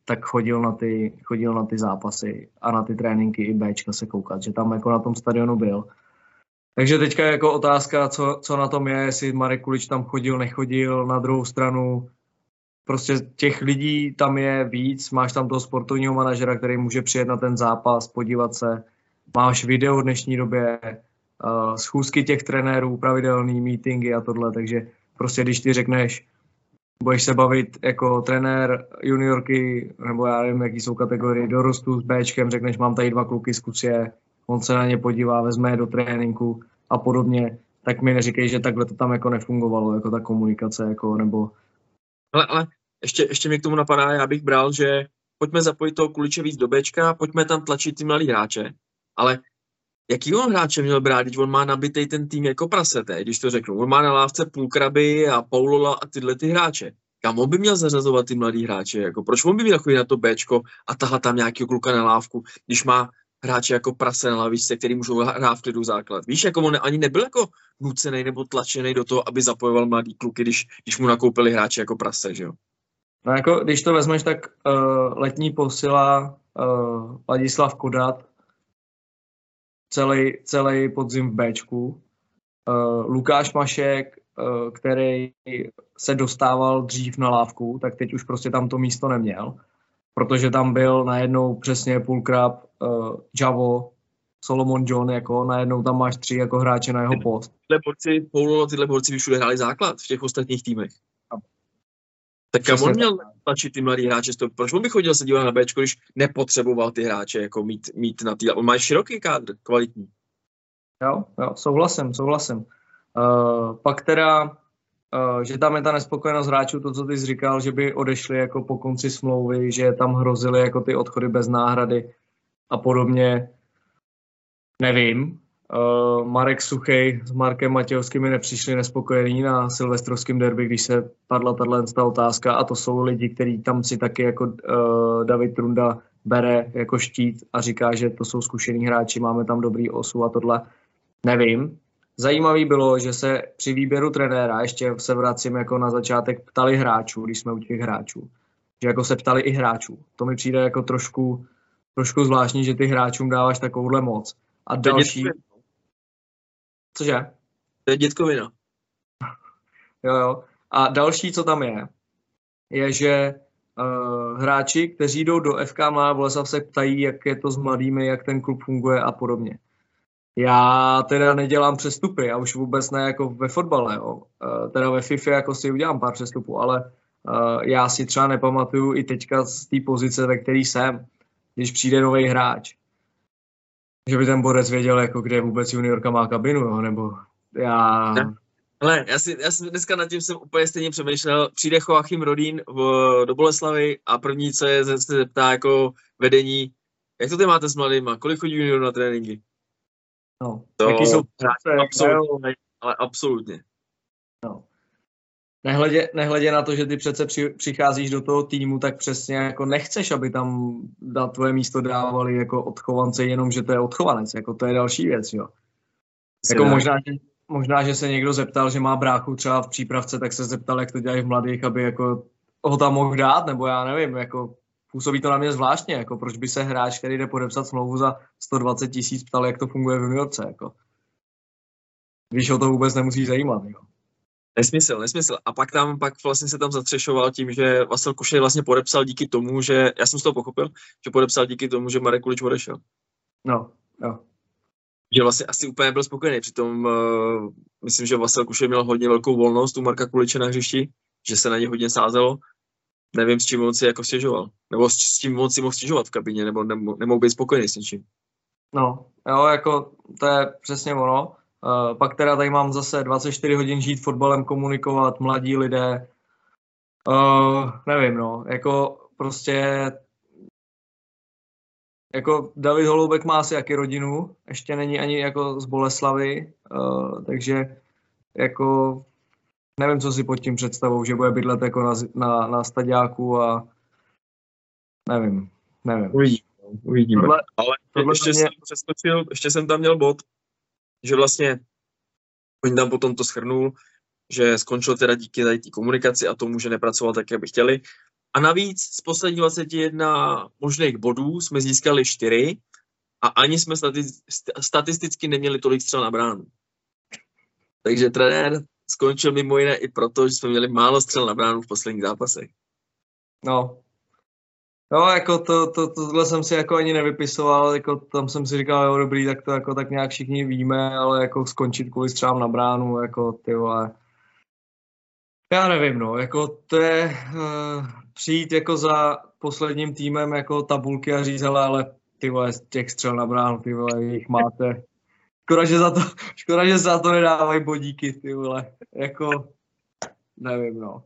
tak chodil na ty zápasy a na ty tréninky i Bčka se koukat, že tam jako na tom stadionu byl. Takže teďka jako otázka, co na tom je, jestli Marek Kulič tam chodil, nechodil. Na druhou stranu prostě těch lidí tam je víc, máš tam toho sportovního manažera, který může přijet na ten zápas, podívat se, máš video v dnešní době, schůzky těch trenérů, pravidelný meetingy a tohle, takže prostě když ty řekneš, budeš se bavit jako trenér juniorky, nebo já nevím, jaký jsou kategorie dorostu s Bčkem, řekneš, mám tady 2 kluky, zkus je, on se na ně podívá, vezme je do tréninku a podobně, tak mi neříkej, že takhle to tam jako nefungovalo, jako ta komunikace, jako, nebo... Ale ještě mě k tomu napadá, já bych bral, že pojďme zapojit toho Kuliče víc do Bčka, pojďme tam tlačit ty mladý hráče, ale jaký on hráče měl brát, když on má nabitej ten tým jako prasete, když to řeknu. On má na lávce Půlkraby a Paulola a tyhle ty hráče. Kam on by měl zařazovat ty mladý hráče? Jako, proč on by měl chodit na to Bčko a tahat tam nějakého kluka na lávku, když má hráče jako prase na lavičce, který můžou hrát v klidu základ. Víš, jako on ani nebyl jako nucený nebo tlačený do toho, aby zapojoval mladý kluky, když mu nakoupili hráče jako prase, že jo? No jako, když to vezmeš, tak letní posila Ladislav Kodat, celý podzim v Bčku. Lukáš Mašek, který se dostával dřív na lávku, tak teď už prostě tam to místo neměl, protože tam byl najednou přesně Půlkrab, Javo, Solomon John, jako najednou tam máš 3 jako hráče na jeho post. Tyhle borci by všude hráli základ v těch ostatních týmech. Tak kam on měl tlačit ty mladý hráče? Proč on by chodil se dívat na Bčko, když nepotřeboval ty hráče jako mít na tý? On má široký kádr, kvalitní. Jo, souhlasím. Pak teda, že tam je ta nespokojenost hráčů, to, co ty jsi říkal, že by odešli jako po konci smlouvy, že tam hrozily jako ty odchody bez náhrady a podobně. Nevím. Marek Suchej s Markem Matějovským nepřišli nespokojení na silvestrovském derby, když se padla tato otázka, a to jsou lidi, kteří tam si taky jako David Trunda bere jako štít a říká, že to jsou zkušení hráči, máme tam dobrý osu a tohle. Nevím. Zajímavý bylo, že se při výběru trenéra, ještě se vracím jako na začátek, ptali hráčů, když jsme u těch hráčů. Že jako se ptali i hráčů. To mi přijde jako trošku zvláštní, že ty hráčům dáváš takovouhle moc. A další... Cože? To je dětkovina. Jo. A další, co tam je, že hráči, kteří jdou do FK Mladá Boleslav, se ptají, jak je to s mladými, jak ten klub funguje a podobně. Já teda nedělám přestupy, a už vůbec ne jako ve fotbale. Jo. Teda ve FIFA jako si udělám pár přestupů, ale já si třeba nepamatuju i teďka z té pozice, ve které jsem, když přijde nový hráč, že by ten borec věděl, jako kde vůbec juniorka má kabinu, jo, nebo já... Ale já si dneska nad tím jsem úplně stejně přemýšlel, přijde Joachim Rodín do Boleslavy a první, co je, se zeptá jako vedení, jak to ty máte s mladýma, kolik chodí junior na tréninky? No, jaký jsou absolutně, ale absolutně. No. Nehledě na to, že ty přece přicházíš do toho týmu, tak přesně jako nechceš, aby tam na tvoje místo dávali jako odchovance, jenom že to je odchovanec, jako to je další věc, jo. Jako možná, že se někdo zeptal, že má bráchu třeba v přípravce, tak se zeptal, jak to dělají v mladých, aby jako ho tam mohl dát, nebo já nevím, jako působí to na mě zvláštně, jako proč by se hráč, který jde podepsat smlouvu za 120 000, ptal, jak to funguje v juniorce, jako. Když ho to vůbec nemusí zajímat, jo. Nesmysl. A pak vlastně se tam zatřešoval tím, že Vasil Kušej vlastně podepsal díky tomu, že, já jsem z toho pochopil, že podepsal díky tomu, že Marek Kulič odešel. No. Že vlastně asi úplně nebyl spokojený, přitom myslím, že Vasil Kušej měl hodně velkou volnost u Marka Kuliče na hřišti, že se na ně hodně sázelo. Nevím, s čím on si jako stěžoval. Nebo s čím on si mohl stěžovat v kabině, nebo nemohl být spokojený s něčím. No, jo, jako to je přesně ono. Pak teda tady mám zase 24 hodin žít fotbalem, komunikovat, mladí lidé. Nevím, no, jako prostě jako David Holoubek má asi jaký rodinu, ještě není ani jako z Boleslavy, takže jako nevím, co si pod tím představou, že bude bydlet jako na stadiáku a nevím. Uvidíme. Ale ještě jsem tam měl bod, že vlastně oni tam potom to shrnul, že skončil teda díky tady té komunikaci a tomu, že nepracoval tak, jak by chtěli. A navíc z posledních 21 možných bodů jsme získali 4 a ani jsme statisticky neměli tolik střel na bránu. Takže trenér skončil mimo jiné i proto, že jsme měli málo střel na bránu v posledních zápasech. No, jako tohle jsem si jako ani nevypisoval, jako tam jsem si říkal, jo, dobrý, tak to jako tak nějak všichni víme, ale jako skončit kvůli střelám na bránu, jako ty vole. Já nevím, no, jako to je přijít jako za posledním týmem jako tabulky a říct, ale ty vole, těch střel na bránu, ty vole, jich máte. Škoda, že za to nedávají bodíky, ty vole, jako nevím, no.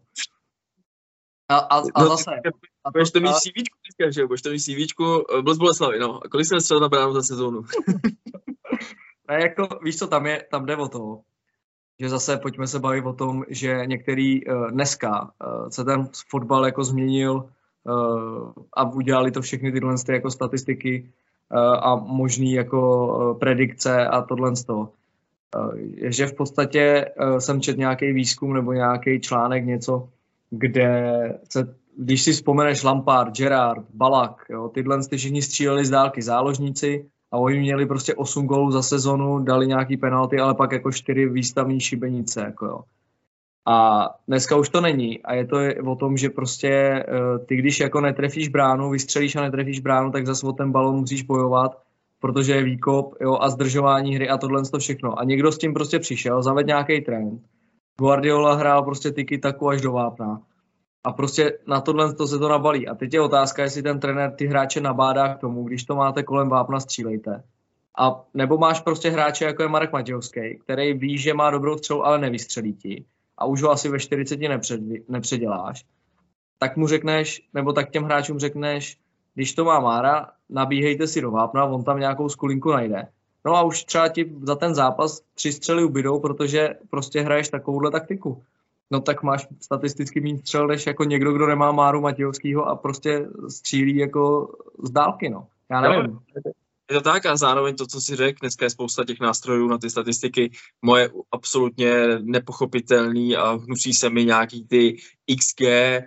A zase... Budeš to mít v CVčku dneska, že jo? Budeš to mít v CVčku Blc Boleslavy, no. A kolik jsi střel na bránu za sezónu? A jako, víš co, tam jde o to, že zase pojďme se bavit o tom, že některý dneska se ten fotbal jako změnil a udělali to všechny tyhle jako statistiky a možný jako predikce a tohle z toho. Že v podstatě jsem četl nějaký výzkum nebo nějaký článek, něco, kde když si vzpomeneš Lampard, Gerrard, Ballack, jo, tyhle všichni stříleli z dálky záložníci a oni měli prostě 8 gólů za sezonu, dali nějaký penalty, ale pak jako 4 výstavní šibenice. Jako jo. A dneska už to není a je to o tom, že prostě ty když jako netrefíš bránu, vystřelíš a netrefíš bránu, tak zase o ten balon musíš bojovat, protože je výkop, jo, a zdržování hry a tohle to všechno. A někdo s tím prostě přišel, zavedl nějaký trend. Guardiola hrál prostě tiki-taku až do vápna. A prostě na tohle to se to nabalí. A teď je otázka, jestli ten trenér ty hráče nabádá k tomu, když to máte kolem vápna, střílejte. A nebo máš prostě hráče, jako je Marek Matějovský, který ví, že má dobrou střelu, ale nevystřelí ti. A už ho asi ve 40 nepředěláš. Tak mu řekneš, nebo tak těm hráčům řekneš, když to má Mára, nabíhejte si do vápna, on tam nějakou skulinku najde. No a už třeba ti za ten zápas 3 střely ubydou, protože prostě hraješ takovouhle taktiku. No tak máš statisticky méně střel, než jako někdo, kdo nemá Máru Matějovskýho a prostě střílí jako z dálky, no. Já nevím. Je to tak a zároveň to, co si řekl, dneska je spousta těch nástrojů na ty statistiky, moje absolutně nepochopitelný a hnusí se mi nějaký ty XG,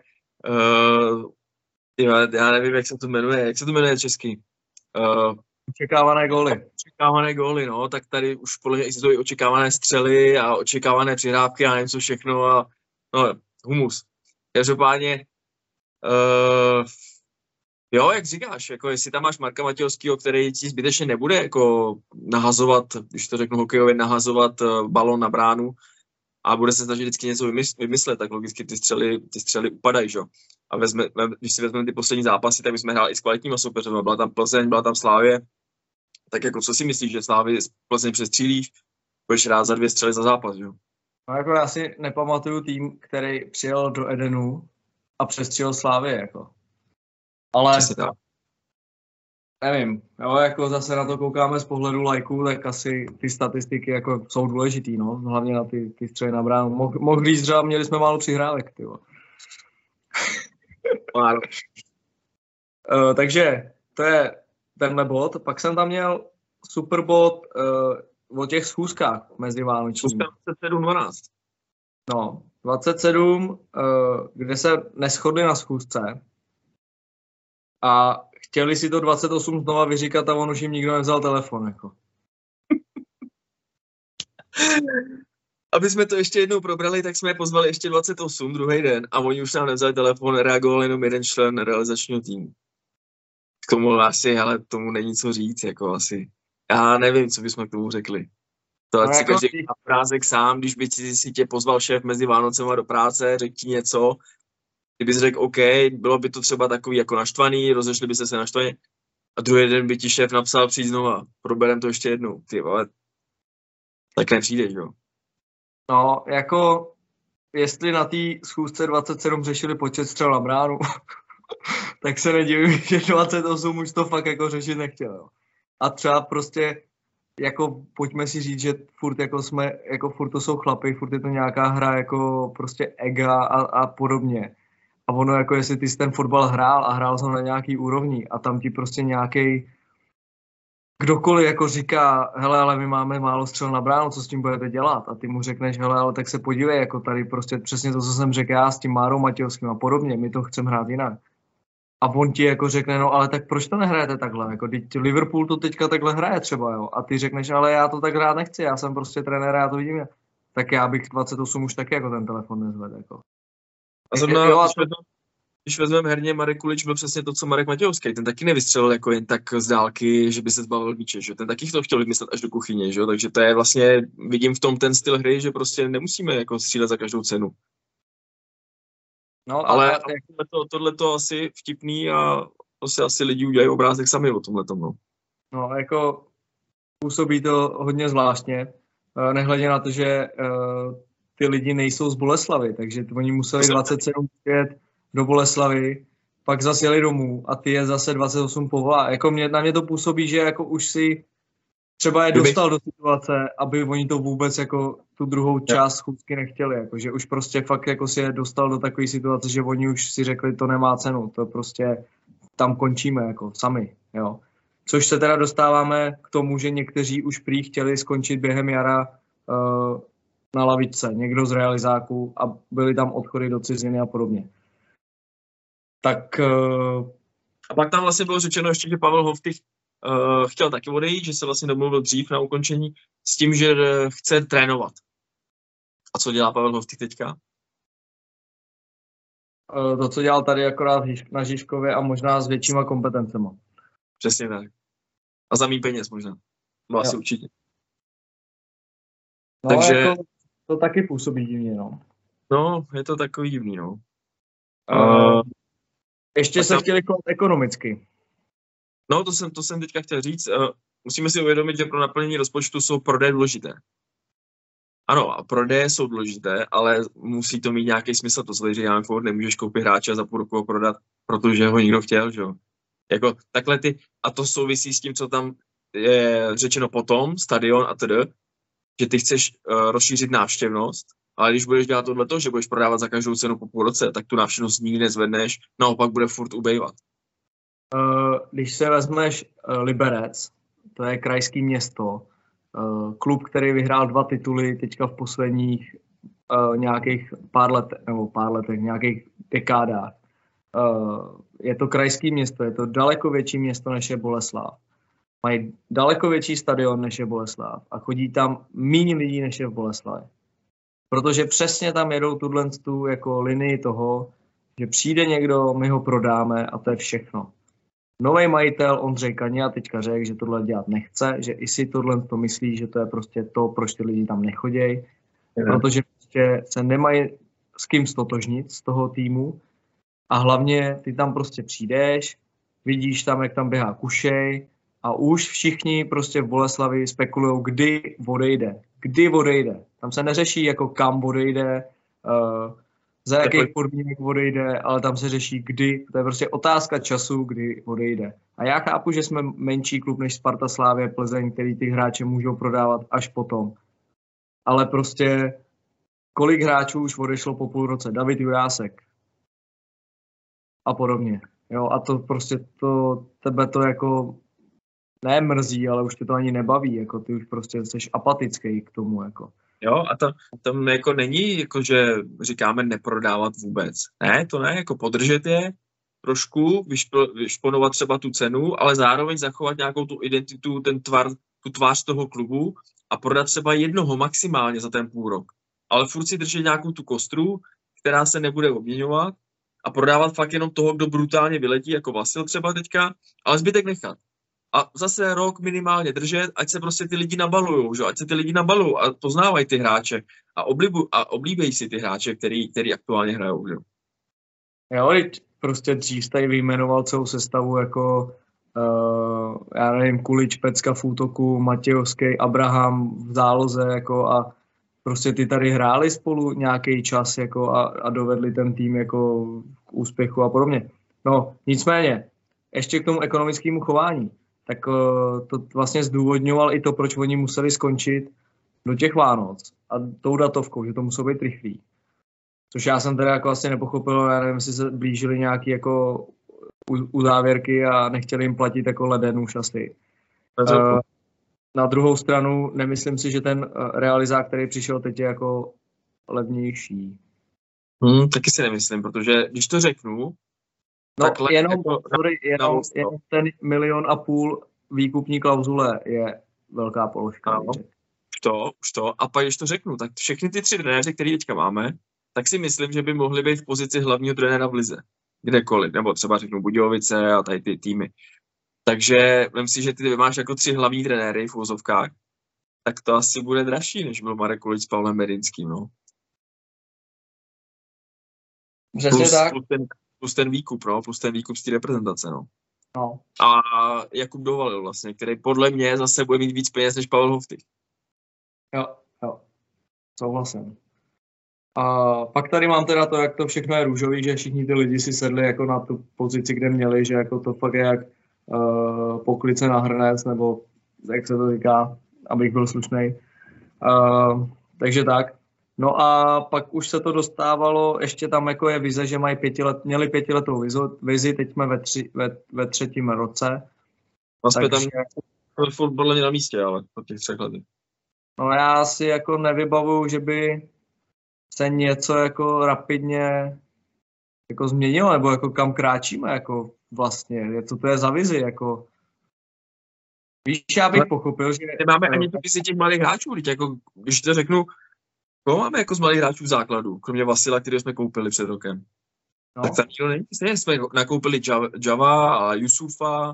já nevím, jak se to jmenuje česky. Očekávané góly. Očekávané góly, no, tak tady už podle mě existují očekávané střely a očekávané přihrávky a nevím co všechno a no, humus. Každopádně, jo, jak říkáš, jako jestli tam máš Marka Matějovskýho, který ti zbytečně nebude jako nahazovat, když to řeknu hokejově, nahazovat balón na bránu a bude se snažit vždycky něco vymyslet, tak logicky ty střely upadají, že? A když si vezmeme ty poslední zápasy, tak my jsme hráli i s kvalitníma soupeřem, byla tam Plzeň, byla tam Slavie. Tak jako co si myslíš, že Slávy Plzeň přestřílíš, budeš rád za 2 střely za zápas, jo? No jako já si nepamatuju tým, který přijel do Edenu a přestřílel Slávy, jako. Ale nevím, jo, jako zase na to koukáme z pohledu lajků, tak asi ty statistiky jako jsou důležitý, no, hlavně na ty střely na bránu. Mohl říct třeba, měli jsme málo přihrávek, tyjo. Takže to je tenhle bod. Pak jsem tam měl super bod o těch schůzkách mezi vánočními. 27-12. No, 27, kde se neshodli na schůzce a chtěli si to 28 znova vyříkat a on už jim nikdo nevzal telefon. Jako. Aby jsme to ještě jednou probrali, tak jsme je pozvali ještě 28, druhý den, a oni už nám nevzali telefon, reagoval jenom jeden člen realizačního týmu. K tomu asi, ale tomu není co říct, jako asi. Já nevím, co bychom k tomu řekli. To ať si každý má frázek sám, když by si tě pozval šéf mezi Vánocema do práce, řekl ti něco, kdybys řekl OK, bylo by to třeba takový jako naštvaný, rozešli by se naštvaně, a druhý den by ti šéf napsal přijď znova, proberem to ještě jednou, ty vole, tak nepřijdeš, jo. No, jako, jestli na té schůzce 27 řešili počet střel na bránu, tak se nedivím, že 28 už to fakt jako řešit nechtěl, jo. A třeba prostě, jako pojďme si říct, že furt jako jsme, jako furt to jsou chlapy, furt je to nějaká hra jako prostě ega a podobně. A ono jako jestli ty jsi ten fotbal hrál a hrál jsem na nějaký úrovni a tam ti prostě nějaký kdokoliv jako říká, hele, ale my máme málo střel na bránu, co s tím budete dělat? A ty mu řekneš, hele, ale tak se podívej, jako tady prostě přesně to, co jsem řekl já s tím Márou Matějovským a podobně, my to chceme hrát jinak. A on ti jako řekne, no ale tak proč to nehrajete takhle? Jako, Liverpool to teďka takhle hraje třeba, jo? A ty řekneš, ale já to tak hrát nechci, já jsem prostě trenér, já to vidím. Tak já bych 28 už taky jako ten telefon nezvedl. Jako. A zrovna, když vezmeme herně, Marek Kulič byl přesně to, co Marek Matějovský. Ten taky nevystřelil jako jen tak z dálky, že by se zbavil míče, že? Ten taky to chtěl vymyslet až do kuchyně, že? Takže to je vlastně, vidím v tom ten styl hry, že prostě nemusíme jako střílet za každou cenu. No, ale tohleto asi vtipný a to si asi lidi udělají obrázek sami o tomhletom. No, jako působí to hodně zvláštně, nehledě na to, že ty lidi nejsou z Boleslavy, takže oni museli 27 přijet do Boleslavy, pak zase jeli domů a ty je zase 28 povolá. Jako na mě to působí, že jako už si třeba je dostal do situace, aby oni to vůbec jako tu druhou část schůzky nechtěli, jako, že už prostě fakt jako si je dostal do takové situace, že oni už si řekli, to nemá cenu, to prostě tam končíme jako sami, jo. Což se teda dostáváme k tomu, že někteří už prý chtěli skončit během jara na lavičce, někdo z realizáků a byly tam odchody do ciziny a podobně. Tak... A pak tam vlastně bylo řečeno ještě, že Pavel Hovtych chtěl taky odejít, že se vlastně domluvil dřív na ukončení s tím, že chce trénovat. A co dělá Pavel Hovtych teďka? To, co dělal tady akorát na Žižkově a možná s většíma kompetencema. Přesně tak. A za mý peněz možná. No asi určitě. No, takže... jako to taky působí divně, no. No, je to takový divný, no. Ještě se chtěli konat ekonomicky. No, to jsem teďka chtěl říct. Musíme si uvědomit, že pro naplnění rozpočtu jsou prodeje důležité. Ano, a prodeje jsou důležité, ale musí to mít nějaký smysl. To se říkám, nemůžeš koupit hráče a za půl roku ho prodat, protože ho někdo chtěl, že jo. Jako takhle a to souvisí s tím, co tam je řečeno potom, stadion a td., že ty chceš rozšířit návštěvnost, ale když budeš dělat tohleto, že budeš prodávat za každou cenu po půl roce, tak tu návštěvnost nikdy nezvedneš, naopak bude furt ubejvat. Když se vezmeš Liberec, to je krajské město, klub, který vyhrál 2 tituly teďka v posledních nějakých pár letech, nějakých dekádách. Je to krajské město, je to daleko větší město než je Boleslav. Mají daleko větší stadion než je Boleslav a chodí tam méně lidí než je v Boleslavi. Protože přesně tam jedou tu jako linii toho, že přijde někdo, my ho prodáme a to je všechno. Nový majitel Ondřej Kaňa teďka řekl, že tohle dělat nechce, že i si tohle to myslí, že to je prostě to, proč ty lidi tam nechodějí, protože prostě se nemají s kým stotožnit z toho týmu a hlavně ty tam prostě přijdeš, vidíš tam, jak tam běhá Kušej a už všichni prostě v Boleslavi spekulujou, kdy odejde. Tam se neřeší jako kam odejde, za jakých podmínek odejde, ale tam se řeší kdy. To je prostě otázka času, kdy odejde. A já chápu, že jsme menší klub než Sparta, Slavie, Plzeň, který ty hráče můžou prodávat až potom. Ale prostě kolik hráčů už odešlo po půl roce? David Jurásek a podobně. Jo, a to prostě tebe to jako ne mrzí, ale už tě to ani nebaví. Jako ty už prostě jsi apatický k tomu. Jako. Jo, a tam jako není, jako že říkáme neprodávat vůbec. Ne, to ne, jako podržet je trošku, vyšponovat třeba tu cenu, ale zároveň zachovat nějakou tu identitu, tu tvář toho klubu a prodat třeba jednoho maximálně za ten půl rok. Ale furt si držet nějakou tu kostru, která se nebude obměňovat a prodávat fakt jenom toho, kdo brutálně vyletí, jako Vasil třeba teďka, ale zbytek nechat. A zase rok minimálně držet, ať se prostě ty lidi nabalujou, že? Ať se ty lidi nabalují a poznávají ty hráče a oblíbejí si ty hráče, který aktuálně hrajou, že? Jo, prostě dřív tady vyjmenoval celou sestavu jako já nevím, Kulič, Pecka v útoku, Matějovský, Abraham v záloze jako a prostě ty tady hráli spolu nějaký čas jako a dovedli ten tým jako k úspěchu a podobně. No, nicméně, ještě k tomu ekonomickému chování, tak to vlastně zdůvodňoval i to, proč oni museli skončit do těch Vánoc a tou datovkou, že to muselo být rychlý. Což já jsem teda jako asi nepochopil, já nevím, jestli se blížili nějaký jako uzávěrky a nechtěli jim platit jako leden už asi. Na druhou stranu nemyslím si, že ten realizák, který přišel teď, je jako levnější. Taky si nemyslím, protože když to řeknu, no takhle jenom, jako jenom ten 1,5 milionu výkupní klauzule je velká položka. Už to. A pak když to řeknu, tak všechny ty 3 trenéři, který teďka máme, tak si myslím, že by mohli být v pozici hlavního trenéra v lize. Kdekoliv, nebo třeba řeknu Budějovice a tady ty týmy. Takže vem si, že ty máš jako 3 hlavní trenéry v úzovkách, tak to asi bude dražší, než byl Marek Kulič s Pavlem Bedinským, no. Plus ten výkup, no, plus ten výkup z té reprezentace, no. A Jakub Dovalil vlastně, který podle mě zase bude mít víc peněz než Pavel Hoftych. Jo, souhlasím. A pak tady mám teda to, jak to všechno je růžový, že všichni ty lidi si sedli jako na tu pozici, kde měli, že jako to fakt je jak poklice na hrnec, nebo jak se to říká, abych byl slušnej. Takže tak. No a pak už se to dostávalo, ještě tam jako je vize, že mají měli 5letou vizi, teď jsme ve 3. roce. Vlastně tam furt podle mě na místě, ale po těch 3 letech. No já si jako nevybavuju, že by se něco jako rapidně jako změnilo, nebo jako kam kráčíme, jako vlastně, co to je za vizi, jako víš, já bych pochopil, že... Nemáme ani tu vizi těch malých hráčů, jako, když to řeknu, koho máme jako z malých hráčů v základu, kromě Vasila, kterého jsme koupili před rokem. No. Tak tam nikdo není, jsme nakoupili Java a Yusufa,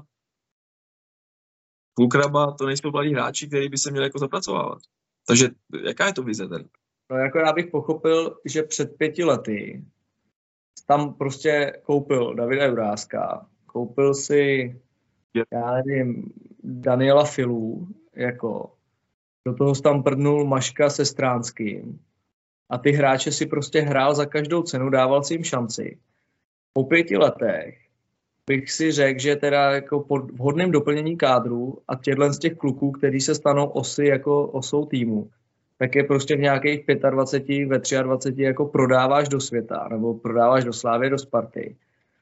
Fulkraba, to nejsou mladí hráči, který by se měli jako zapracovávat. Takže jaká je to vize tady? No jako já bych pochopil, že před 5 lety tam prostě koupil Davida Juráska, koupil si, já nevím, Daniela Filů, jako do toho tam prdnul Maška se Stránským a ty hráče si prostě hrál za každou cenu, dával si jim šanci. Po 5 letech bych si řekl, že teda jako po vhodném doplnění kádru a těchto z těch kluků, kteří se stanou osou týmu, tak je prostě v nějakých 25, ve 23 jako prodáváš do světa, nebo prodáváš do Slávy, do Sparty.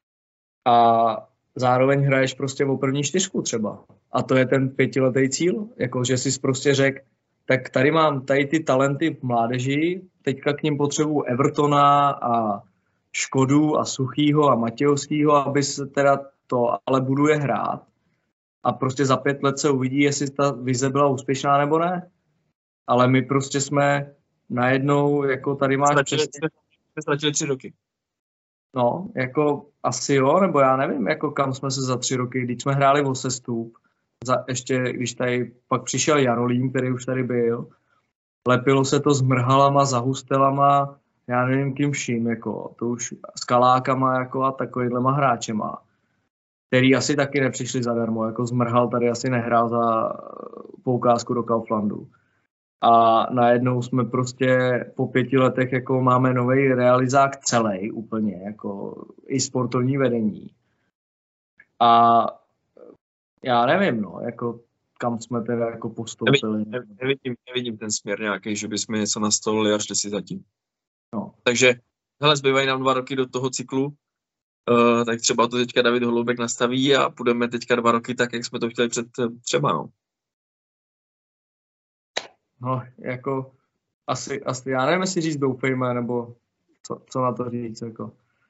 A zároveň hraješ prostě o první 4 třeba. A to je ten 5letý cíl, jako že jsi prostě řekl, tak tady mám tady ty talenty v mládeži, teďka k ním potřebuju Evertona a Škodu a Suchýho a Matějovskýho, aby se teda to, ale budu je hrát. A prostě za 5 let se uvidí, jestli ta vize byla úspěšná nebo ne. Ale my prostě jsme najednou, jako tady máš... Ztratili 3 roky. No, jako asi jo, nebo já nevím, jako kam jsme se za 3 roky, když jsme hráli o sestup, ještě když tady pak přišel Jarolím, který už tady byl, lepilo se to s Mrhalama, Zahustelama, já nevím kým vším, jako, to už s Kalákama jako a takovýhlema hráčema, který asi taky nepřišli zadarmo, jako Zmrhal tady asi nehrál za poukázku do Kauflandu. A najednou jsme prostě po 5 letech jako máme nový realizák celý úplně, jako i sportovní vedení. A já nevím, no, jako kam jsme teda jako postoupili. Nevidím ten směr nějaký, že bychom něco nastolili a šli si zatím. No. Takže, hele, zbývají nám 2 roky do toho cyklu, tak třeba to teďka David Holoubek nastaví a půjdeme teďka 2 roky tak, jak jsme to chtěli před třeba, no. No, jako asi já nevím, jestli říct doufejme, nebo co na to říct, jako.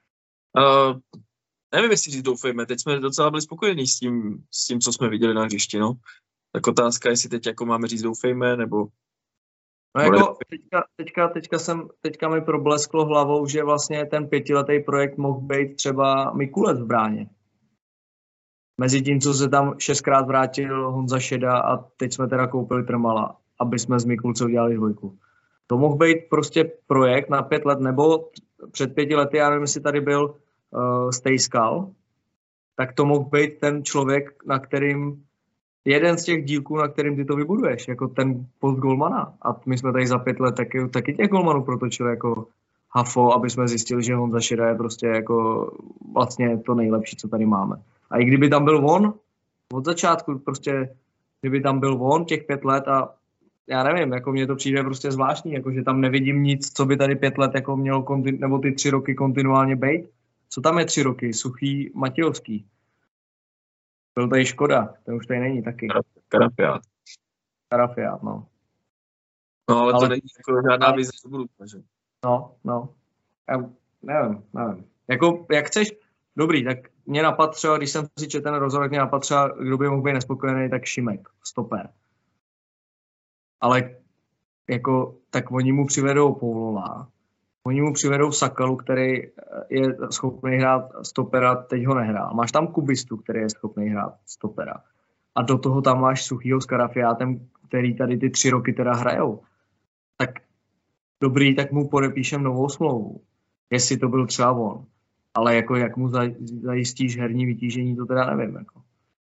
Nevím, jestli říct doufejme, teď jsme docela byli spokojení s tím, co jsme viděli na hřišti, no. Tak otázka, jestli teď jako máme říct doufejme, nebo... No jako teďka mi problesklo hlavou, že vlastně ten 5letý projekt mohl být třeba Mikulec v bráně. Mezi tím, co se tam 6krát vrátil Honza Šeda a teď jsme teda koupili Trmala, aby jsme z Mikulce udělali 2. To mohl být prostě projekt na 5 let, nebo před 5 lety, já nevím, jestli tady byl Stejskal, tak to mohl být ten člověk, na kterým jeden z těch dílků, na kterým ty to vybuduješ, jako ten post golmana. A my jsme tady za 5 let taky těch golmanů protočili jako hafo, aby jsme zjistili, že Honza Šeda je prostě jako vlastně to nejlepší, co tady máme. A i kdyby tam byl on, od začátku prostě, kdyby tam byl on těch 5 let a já nevím, jako mně to přijde prostě zvláštní, jako že tam nevidím nic, co by tady 5 let jako mělo nebo ty 3 roky kontinuálně být. Co tam je 3 roky? Suchý, Matějovský. Byl tady Škoda, ten už tady není taky. Karafiát. Karafiát, no. No ale to není jako žádná vize do budoucna, že? No. Já nevím. Jako, jak chceš, dobrý, tak mě napadl třeba, když jsem si četl ten rozhovor, mě napadl třeba, kdo by mohl být nespokojený, tak Šimek, stoper. Ale jako, tak oni mu přivedou Poulova, oni mu přivedou Sakalu, který je schopný hrát stopera, teď ho nehrál. Máš tam Kubistu, který je schopný hrát stopera. A do toho tam máš Suchýho s Karafiátem, který tady ty 3 roky teda hrajou. Tak dobrý, tak mu podepíšem novou smlouvu. Jestli to byl třeba on. Ale jako jak mu zajistíš herní vytížení, to teda nevím. Jako.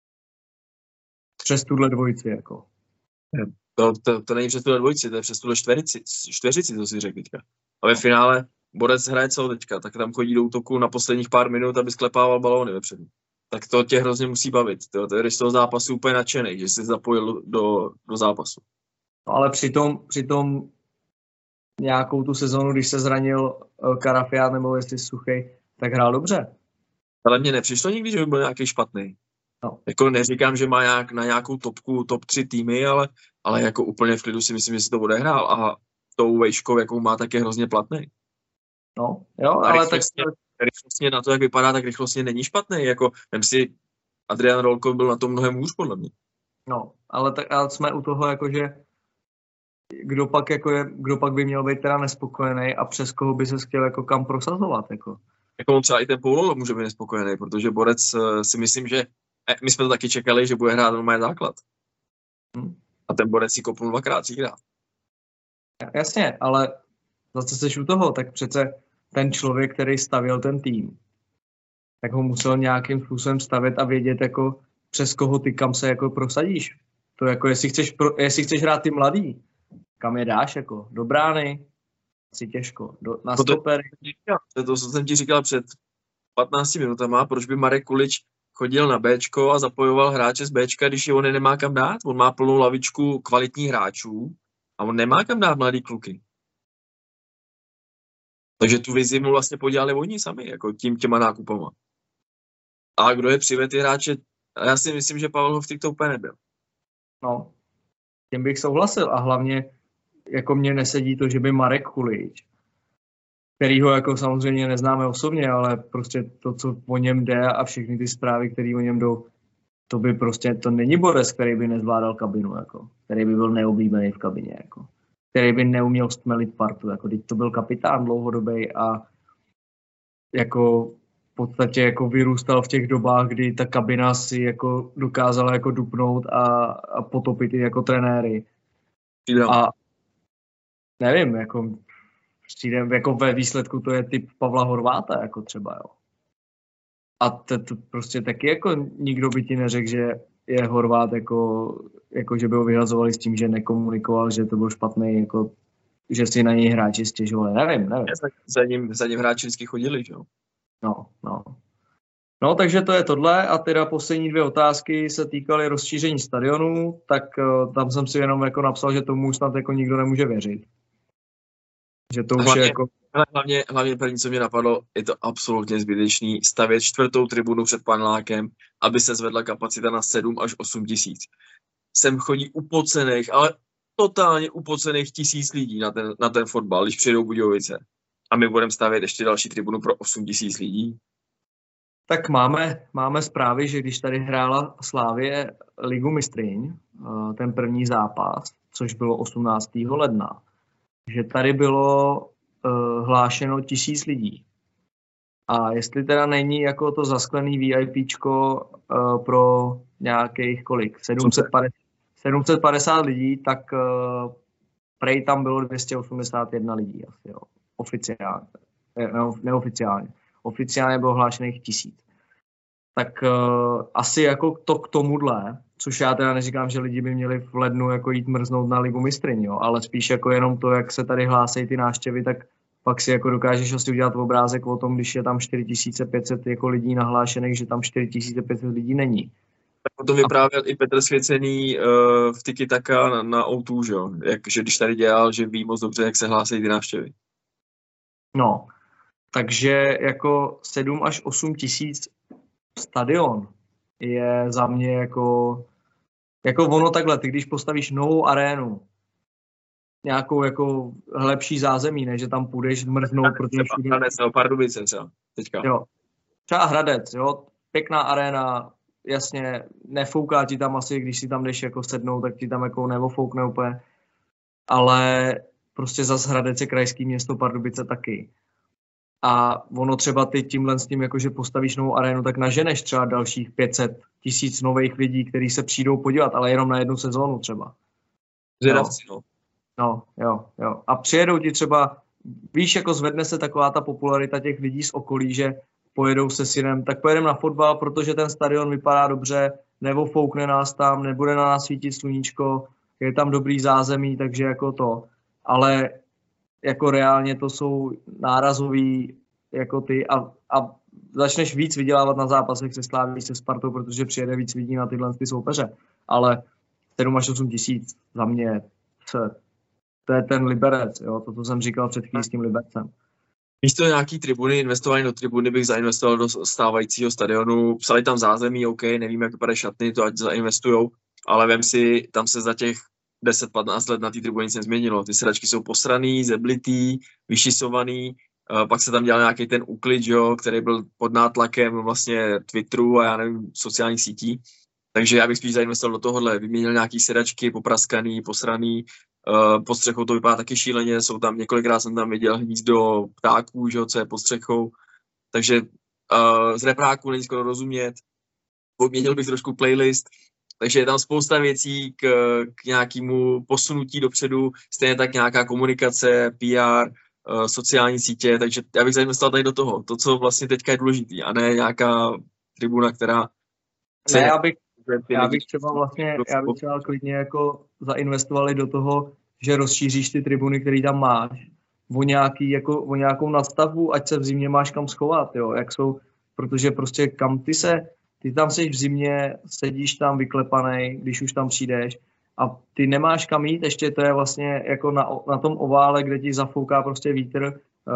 Přes tuhle dvojici. Jako. To není přes tuhle dvojici, to je přes tuhle čtveřici, to si řekl teďka. A ve finále Borec hraje co teďka, tak tam chodí do útoku na posledních pár minut, aby sklepával balóny vepředu. Tak to tě hrozně musí bavit. To je z toho zápasu úplně nadšený, že jsi zapojil do zápasu. No ale přitom nějakou tu sezonu, když se zranil Karafiát nebo jestli Suchý, tak hrál dobře. Ale mně nepřišlo nikdy, že by byl nějaký špatný. No. Jako neříkám, že má na nějakou top 3 týmy, ale jako úplně v klidu si myslím, že si to odehrál a tou vejškou, jakou má, tak je hrozně platný. No, jo, ale tak... Rychlostně na to, jak vypadá, tak rychlostně není špatný. Jako, vem si, Adrian Rolko byl na tom mnohem hůř, podle mě. No, ale jsme u toho, jakože kdo pak by měl být teda nespokojený a přes koho by se chtěl jako kam prosazovat, jako. Jako třeba i ten Poulov může být nespokojený, protože Borec si myslím, že my jsme to taky čekali, že bude hrát normální základ. A ten Borec si kopnul 2x, 3x. Jasně, ale zase seš u toho, tak přece ten člověk, který stavěl ten tým, tak ho musel nějakým způsobem stavět a vědět, jako přes koho ty kam se jako prosadíš. To jako, jestli chceš hrát ty mladý, kam je dáš, jako do brány, asi těžko, na stopery. To jsem ti říkal před 15 minutama, proč by Marek Kulič chodil na Bčko a zapojoval hráče z Bčka, když on nemá kam dát. On má plnou lavičku kvalitních hráčů a on nemá kam dát mladý kluky. Takže tu vizi mu vlastně podělali oni sami, jako těma nákupama. A kdo je přived ty hráče? Já si myslím, že Pavel Hovtik to úplně nebyl. No, tím bych souhlasil a hlavně jako mně nesedí to, že by Marek Kulič, kterýho jako samozřejmě neznáme osobně, ale prostě to, co o něm jde a všechny ty zprávy, které o něm jdou, to není Borec, který by nezvládal kabinu, jako, který by byl neoblíbený v kabině, jako, který by neuměl stmelit partu, jako, teď to byl kapitán dlouhodobý a jako v podstatě jako vyrůstal v těch dobách, kdy ta kabina si jako dokázala jako dupnout a potopit i jako trenéry. A nevím, jako ve výsledku to je typ Pavla Horváta, jako třeba, jo. A to prostě taky jako nikdo by ti neřekl, že je Horvát jako že by ho vyhazovali s tím, že nekomunikoval, že to byl špatný, jako že si na něj hráči stěžovali, nevím. Za ním hráči vždycky chodili, že jo? No, takže to je tohle a teda poslední 2 otázky se týkaly rozšíření stadionu, tak tam jsem si jenom jako napsal, že tomu snad jako nikdo nemůže věřit. Že to už je jako... Hlavně první, co mě napadlo, je to absolutně zbytečný stavět 4. tribunu před panelákem, aby se zvedla kapacita na 7 až 8 tisíc. Sem chodí upocených, ale totálně upocených 1000 lidí na ten fotbal, když přijdou Budějovice. A my budeme stavět ještě další tribunu pro 8 tisíc lidí. Tak máme zprávy, že když tady hrála Slavie Ligu mistryň, ten první zápas, což bylo 18. ledna, že tady bylo hlášeno 1000 lidí. A jestli teda není jako to zasklený VIPčko pro nějakých 750 lidí, tak prej tam bylo 281 lidí asi, jo. Oficiálně. Neoficiálně. Oficiálně bylo hlášených 1000. Tak asi jako to k tomuhle, což já teda neříkám, že lidi by měli v lednu jako jít mrznout na Ligu mistryň, jo, ale spíš jako jenom to, jak se tady hlásejí ty návštěvy, tak pak si jako dokážeš asi udělat obrázek o tom, když je tam 4500 jako lidí nahlášených, že tam 4500 lidí není. Tak o tom vyprávěl i Petr Svěcený v Tiki Taka na O2, že jo? Že když tady dělal, že ví moc dobře, jak se hlásí ty návštěvy. No, takže jako 7 až 8 tisíc stadion je za mě jako Jako ono takhle, ty když postavíš novou arénu, nějakou jako lepší zázemí, ne, že tam půjdeš mrznout, protože všude... Hradec, Pardubice třeba, teďka. Jo, třeba Hradec, jo, pěkná aréna, jasně, nefouká ti tam asi, když si tam jdeš jako sednout, tak ti tam jako nevofoukne úplně, ale prostě zas Hradec je krajský město, Pardubice taky. A ono třeba ty tímhle s tím, jakože postavíš novou arénu, tak naženeš třeba dalších 500 000 nových lidí, kteří se přijdou podívat, ale jenom na jednu sezónu třeba. Zvědavci, no. No, jo. A přijedou ti třeba, víš, jako zvedne se taková ta popularita těch lidí z okolí, že pojedou se synem, tak pojedeme na fotbal, protože ten stadion vypadá dobře, nevofoukne nás tam, nebude na nás svítit sluníčko, je tam dobrý zázemí, takže jako to. Ale jako reálně to jsou nárazový jako ty a začneš víc vydělávat na zápasech se Sláví, se Spartou, protože přijede víc lidí na tyhle ty soupeře. Ale 7 až 8 tisíc za mě, to je ten Liberec, jo, to, co jsem říkal před chvílí s tím Libercem. Místo nějaký tribuny, investování do tribuny bych zainvestoval do stávajícího stadionu. Psali tam zázemí, OK, nevím, jak vypadají šatny, to ať zainvestujou, ale vem si, tam se za těch 10-15 let na té tribuně nic nezměnilo. Ty sedačky jsou posraný, zeblitý, vyšisovaný, pak se tam dělal nějaký ten úklid, jo, který byl pod nátlakem vlastně Twitteru a já nevím, sociálních sítí. Takže já bych spíš zainvestoval do tohohle, vyměnil nějaký sedačky, popraskaný, posraný, pod střechou to vypadá taky šíleně, jsou tam, několikrát jsem tam viděl hnízdo ptáků, že jo, co je pod střechou, takže z repráku není skoro rozumět, obměnil bych trošku playlist, takže je tam spousta věcí k nějakému posunutí dopředu, stejně tak nějaká komunikace, PR, sociální sítě, takže já bych zainvestoval tady do toho, to, co vlastně teďka je důležitý, a ne nějaká tribuna, která... Ne, já bych třeba klidně jako zainvestovali do toho, že rozšíříš ty tribuny, který tam máš, o nějakou nadstavbu, ať se v zimě máš kam schovat, jo, jak jsou, protože prostě kam ty tam seš v zimě, sedíš tam vyklepanej, když už tam přijdeš a ty nemáš kam jít, ještě to je vlastně jako na tom ovále, kde ti zafouká prostě vítr,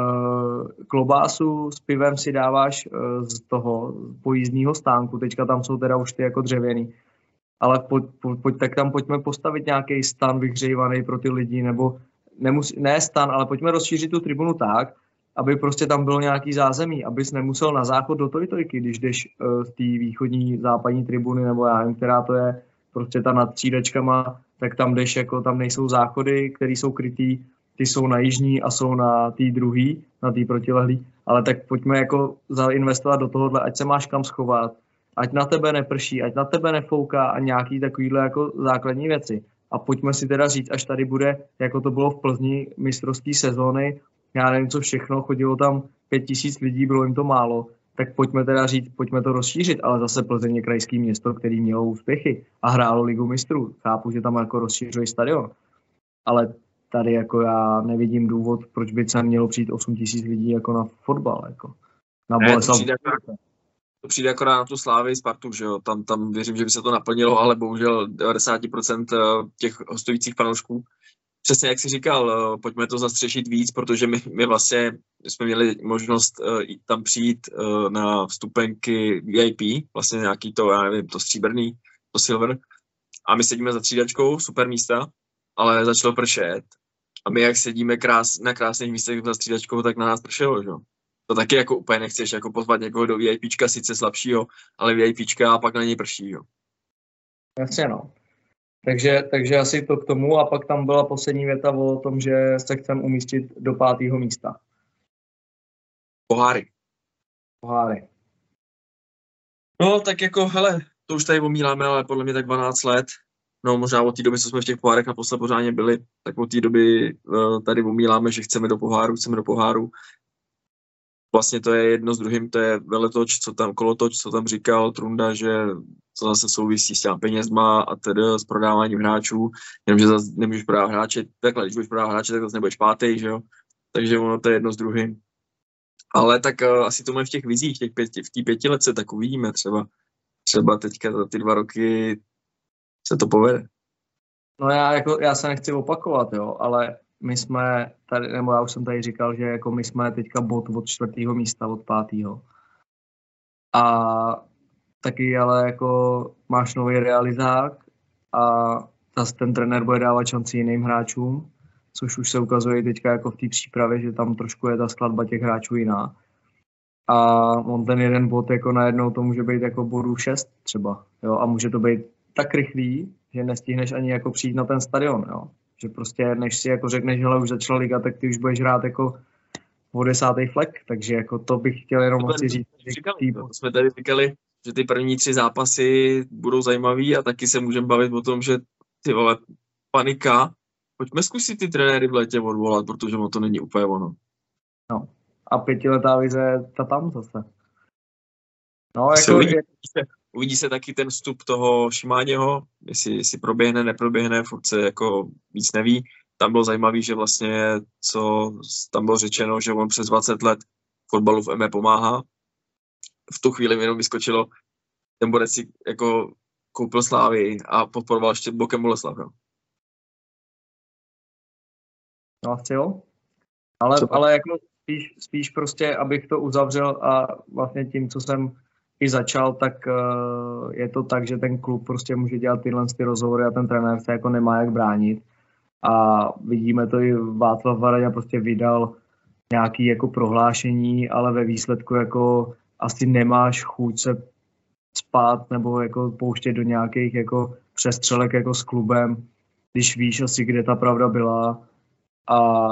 klobásu s pivem si dáváš z toho pojízdního stánku, teďka tam jsou teda už ty jako dřevěný, ale tak tam pojďme postavit nějaký stan vyhřejvaný pro ty lidi, nebo ne stan, ale pojďme rozšířit tu tribunu tak, aby prostě tam bylo nějaký zázemí, abys nemusel na záchod do Tojtojky, když jdeš z té východní západní tribuny, nebo já nevím, která to je, prostě ta nad třídečkama, tak tam jdeš, jako tam nejsou záchody, které jsou krytý, ty jsou na jižní a jsou na té druhý, na té protilehlý, ale tak pojďme jako zainvestovat do tohohle, ať se máš kam schovat, ať na tebe neprší, ať na tebe nefouká a nějaký takovýhle jako základní věci. A pojďme si teda říct, až tady bude, jako to bylo v Plzni, mistrovské sezóny, já nevím co všechno, chodilo tam 5 000 lidí, bylo jim to málo, tak pojďme teda říct, pojďme to rozšířit, ale zase Plzeň je krajské město, který mělo úspěchy a hrálo Ligu mistrů. Chápu, že tam jako rozšířují stadion, ale tady jako já nevidím důvod, proč by sem mělo přijít 8 000 lidí jako na fotbal, jako na Boleslav. To přijde akorát na tu Slávy Spartu, že jo, tam věřím, že by se to naplnilo, ale bohužel 90% těch hostujících fanoušků. Přesně jak jsi říkal, pojďme to zastřešit víc, protože my vlastně jsme měli možnost tam přijít na vstupenky VIP, vlastně nějaký to, já nevím, to stříbrný, to silver, a my sedíme za třídačkou, super místa, ale začalo pršet. A my jak sedíme na krásných místech za střídačkou, tak na nás pršelo, že jo. To taky jako úplně nechceš jako pozvat někoho do VIPčka, sice slabšího, ale VIPčka a pak na něj prší, jo. Jasně, no. Takže asi to k tomu a pak tam byla poslední věta o tom, že se chcem umístit do 5. místa. Poháry. No, tak jako, hele, to už tady omíláme, ale podle mě tak 12 let. No, možná od té doby, co jsme v těch pohárech naposled pořádně byli, tak od té doby tady omíláme, že chceme do poháru. Vlastně to je jedno s druhým, to je veletoč, kolotoč, co tam říkal Trunda, že to zase souvisí s těma penězma a tedy s prodáváním hráčů, jenomže zase nemůžeš prodávat hráče, takhle, když budeš prodávat hráče, tak zase nebudeš 5., že jo, takže ono to je jedno s druhým. Ale tak asi to máme v těch vizích, v té 5 letce, tak uvidíme třeba teďka za ty 2 roky se to povede. No já se nechci opakovat, jo, ale my jsme tady, nebo já už jsem tady říkal, že jako my jsme teďka bod od 4. místa, od 5. A taky ale jako máš nový realizák a ten trenér bude dávat šanci jiným hráčům, což už se ukazuje teďka jako v té přípravě, že tam trošku je ta skladba těch hráčů jiná. A on ten jeden bod jako najednou to může být jako bodů 6 třeba, jo, a může to být tak rychlý, že nestihneš ani jako přijít na ten stadion, jo. Že prostě než si jako řekneš, že už začala liga, tak ty už budeš hrát jako o 10. flek, takže jako to bych chtěl jenom asi říct. Jsme tady říkali, že ty první 3 zápasy budou zajímavý a taky se můžeme bavit o tom, že ty vole, panika. Pojďme zkusit ty trenéry v létě odvolat, protože to není úplně ono. No. A 5letá vize, ta tam zase. No, jako uvidí se taky ten vstup toho Šimáněho, jestli proběhne, neproběhne, furt se jako víc neví. Tam bylo zajímavé, že vlastně, co tam bylo řečeno, že on přes 20 let fotbalu v ME pomáhá. V tu chvíli mi jenom vyskočilo, ten Borec si jako koupil Slávy a podporoval ještě bokem Boleslav. Jo. No asi jo. Ale jako spíš prostě, abych to uzavřel a vlastně tím, co jsem i začal, tak je to tak, že ten klub prostě může dělat tyhle rozhovory a ten trenér se jako nemá jak bránit. A vidíme to i Václav Varaňa prostě vydal nějaké jako prohlášení, ale ve výsledku jako asi nemáš chuť se spát nebo jako pouštět do nějakých jako přestřelek jako s klubem, když víš asi, kde ta pravda byla. A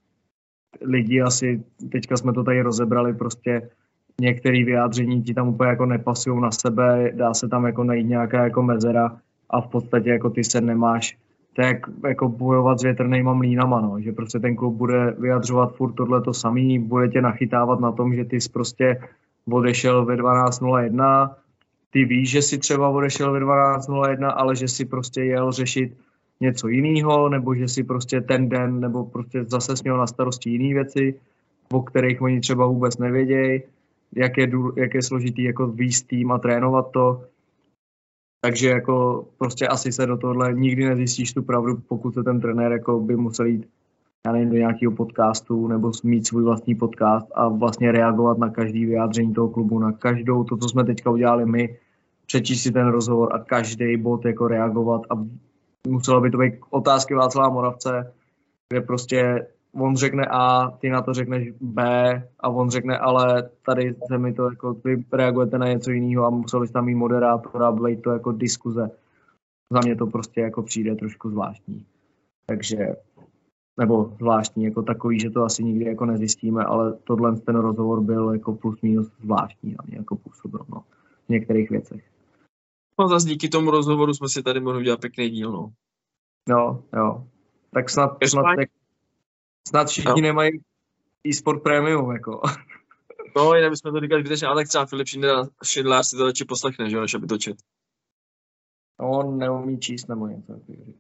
lidi asi, teďka jsme to tady rozebrali, prostě některé vyjádření ti tam úplně jako nepasují na sebe, dá se tam jako najít nějaká jako mezera a v podstatě jako ty se nemáš, to je jako bojovat s větrnejma mlýnama, no, že prostě ten klub bude vyjadřovat furt tohleto samý, bude tě nachytávat na tom, že ty jsi prostě odešel ve 12:01, ty víš, že jsi třeba odešel ve 12:01, ale že si prostě jel řešit něco jiného, nebo že si prostě ten den, nebo prostě zase měl na starosti jiné věci, o kterých oni třeba vůbec nevědějí, jak je složitý jako výjist tým a trénovat to. Takže jako prostě asi se do tohle nikdy nezjistíš tu pravdu, pokud se ten trenér jako by musel jít, já nevím, do nějakého podcastu nebo mít svůj vlastní podcast a vlastně reagovat na každý vyjádření toho klubu, na každou to, co jsme teďka udělali my, přečíst si ten rozhovor a každý bod jako reagovat a muselo by to být otázky Václava Moravce, kde prostě on řekne A, ty na to řekneš B a on řekne, ale tady se mi to jako, vy reagujete na něco jiného a museli tam mít moderátora a být to jako diskuze. Za mě to prostě jako přijde trošku zvláštní. Takže, nebo zvláštní, jako takový, že to asi nikdy jako nezjistíme, ale tohle ten rozhovor byl jako plus minus zvláštní a mě jako působil, no, v některých věcech. No zase díky tomu rozhovoru jsme si tady mohli udělat pěkný díl, no. Jo. Tak snad všichni nemají e-sport premium, jako. No, jinak bychom to říkali zbytečně, ale tak třeba Filip Šindlář si to radši poslechne, že jo, než aby to čet. No, on neumí číst nebo něco.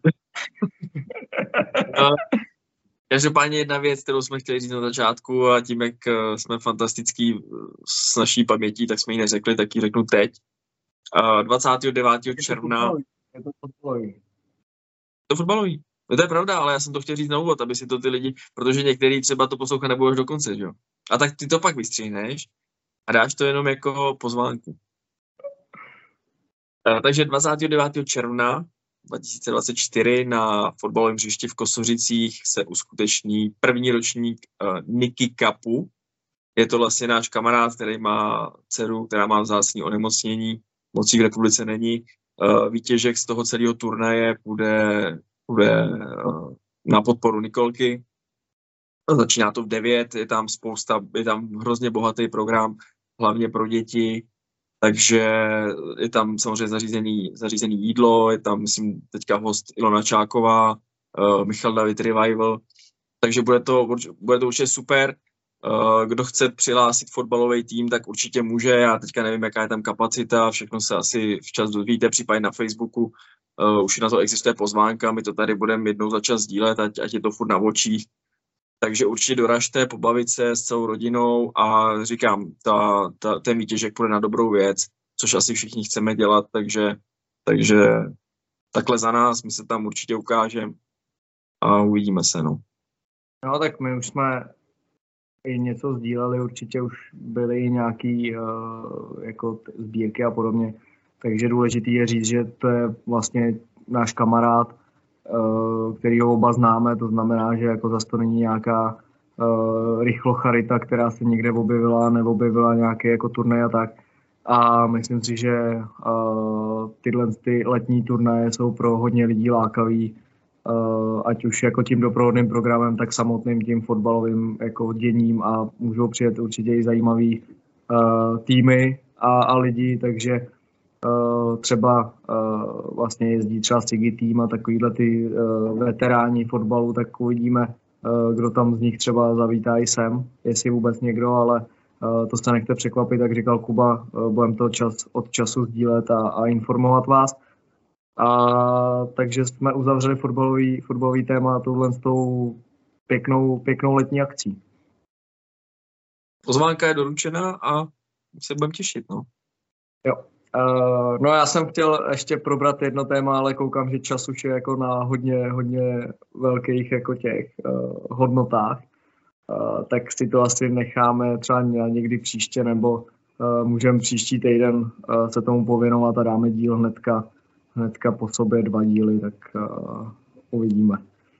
No, každopádně jedna věc, kterou jsme chtěli říct na začátku a tím, jak jsme fantastický s naší pamětí, tak jsme ji neřekli, tak ji řeknu teď. 29. června. Je to fotbalový. To fotbalový. No to je pravda, ale já jsem to chtěl říct na úvod, aby si to ty lidi, protože některý třeba to poslouchají nebudou až do konce, že jo. A tak ty to pak vystříhneš a dáš to jenom jako pozvánku. Takže 29. června 2024 na fotbalovém hřišti v Kosořicích se uskuteční první ročník Niky Cupu. Je to vlastně náš kamarád, který má dceru, která má vzácné onemocnění, moc v republice není. Výtěžek z toho celého turnaje bude na podporu Nikolky. Začíná to v 9, je tam hrozně bohatý program, hlavně pro děti, takže je tam samozřejmě zařízený jídlo, je tam, myslím, teďka host Ilona Čáková, Michal David Revival, takže bude to určitě super. Kdo chce přihlásit fotbalový tým, tak určitě může. Já teďka nevím, jaká je tam kapacita, všechno se asi včas dozvíte, případně na Facebooku. Už na to existuje pozvánka, my to tady budeme jednou za čas sdílet, ať je to furt na očích. Takže určitě doražte, pobavit se s celou rodinou a říkám, ten výtěžek půjde na dobrou věc, což asi všichni chceme dělat, takže takhle za nás, my se tam určitě ukážeme a uvidíme se, no. No tak my už jsme i něco sdíleli, určitě už byly nějaký jako sbírky a podobně. Takže důležitý je říct, že to je vlastně náš kamarád, který ho oba známe, to znamená, že jako zase to není nějaká rychlocharita, která se někde objevila, neobjevila nějaký jako turnaj a tak. A myslím si, že tyhle ty letní turnaje jsou pro hodně lidí lákavý, ať už jako tím doprovodným programem, tak samotným tím fotbalovým jako děním a můžou přijet určitě i zajímavý týmy a lidi, takže třeba vlastně jezdí třeba Sigi tým a takovýhle ty veteráni fotbalu, tak uvidíme, kdo tam z nich třeba zavítá i sem, jestli vůbec někdo, ale to se nechte překvapit, jak říkal Kuba, budeme to od času sdílet a informovat vás. Takže jsme uzavřeli fotbalový téma touhle s tou pěknou letní akcí. Pozvánka je doručena a se budeme těšit, no. Jo. No já jsem chtěl ještě probrat jedno téma, ale koukám, že čas už je jako na hodně velkých jako těch hodnotách. Tak si to asi necháme třeba někdy příště, nebo můžeme příští týden se tomu pověnovat a dáme díl hnedka po sobě 2 díly, tak uvidíme.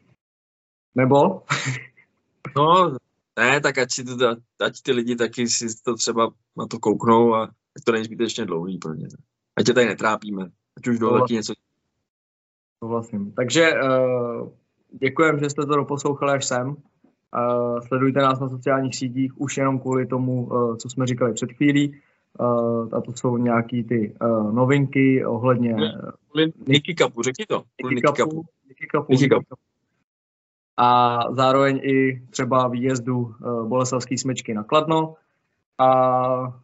Nebo? No, ne, tak ať ty lidi taky si to třeba na to kouknou a to není zbytečně dlouhý pro ně. Ať tě tady netrápíme, ať už jdou taky něco. Souhlasím. Takže děkujem, že jste to doposlouchali až sem. Sledujte nás na sociálních sítích už jenom kvůli tomu, co jsme říkali před chvílí. A to jsou nějaký ty novinky ohledně Nicky Cupu, řekni to. Nicky Cupu. A zároveň i třeba výjezdu Boleslavské Smyčky na Kladno. A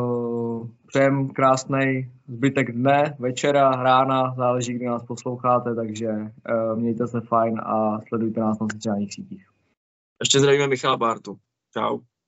přejem krásnej zbytek dne, večera, rána, záleží, kdy nás posloucháte, takže mějte se fajn a sledujte nás na sociálních sítích. Ještě zdravíme Michala Bártu. Čau.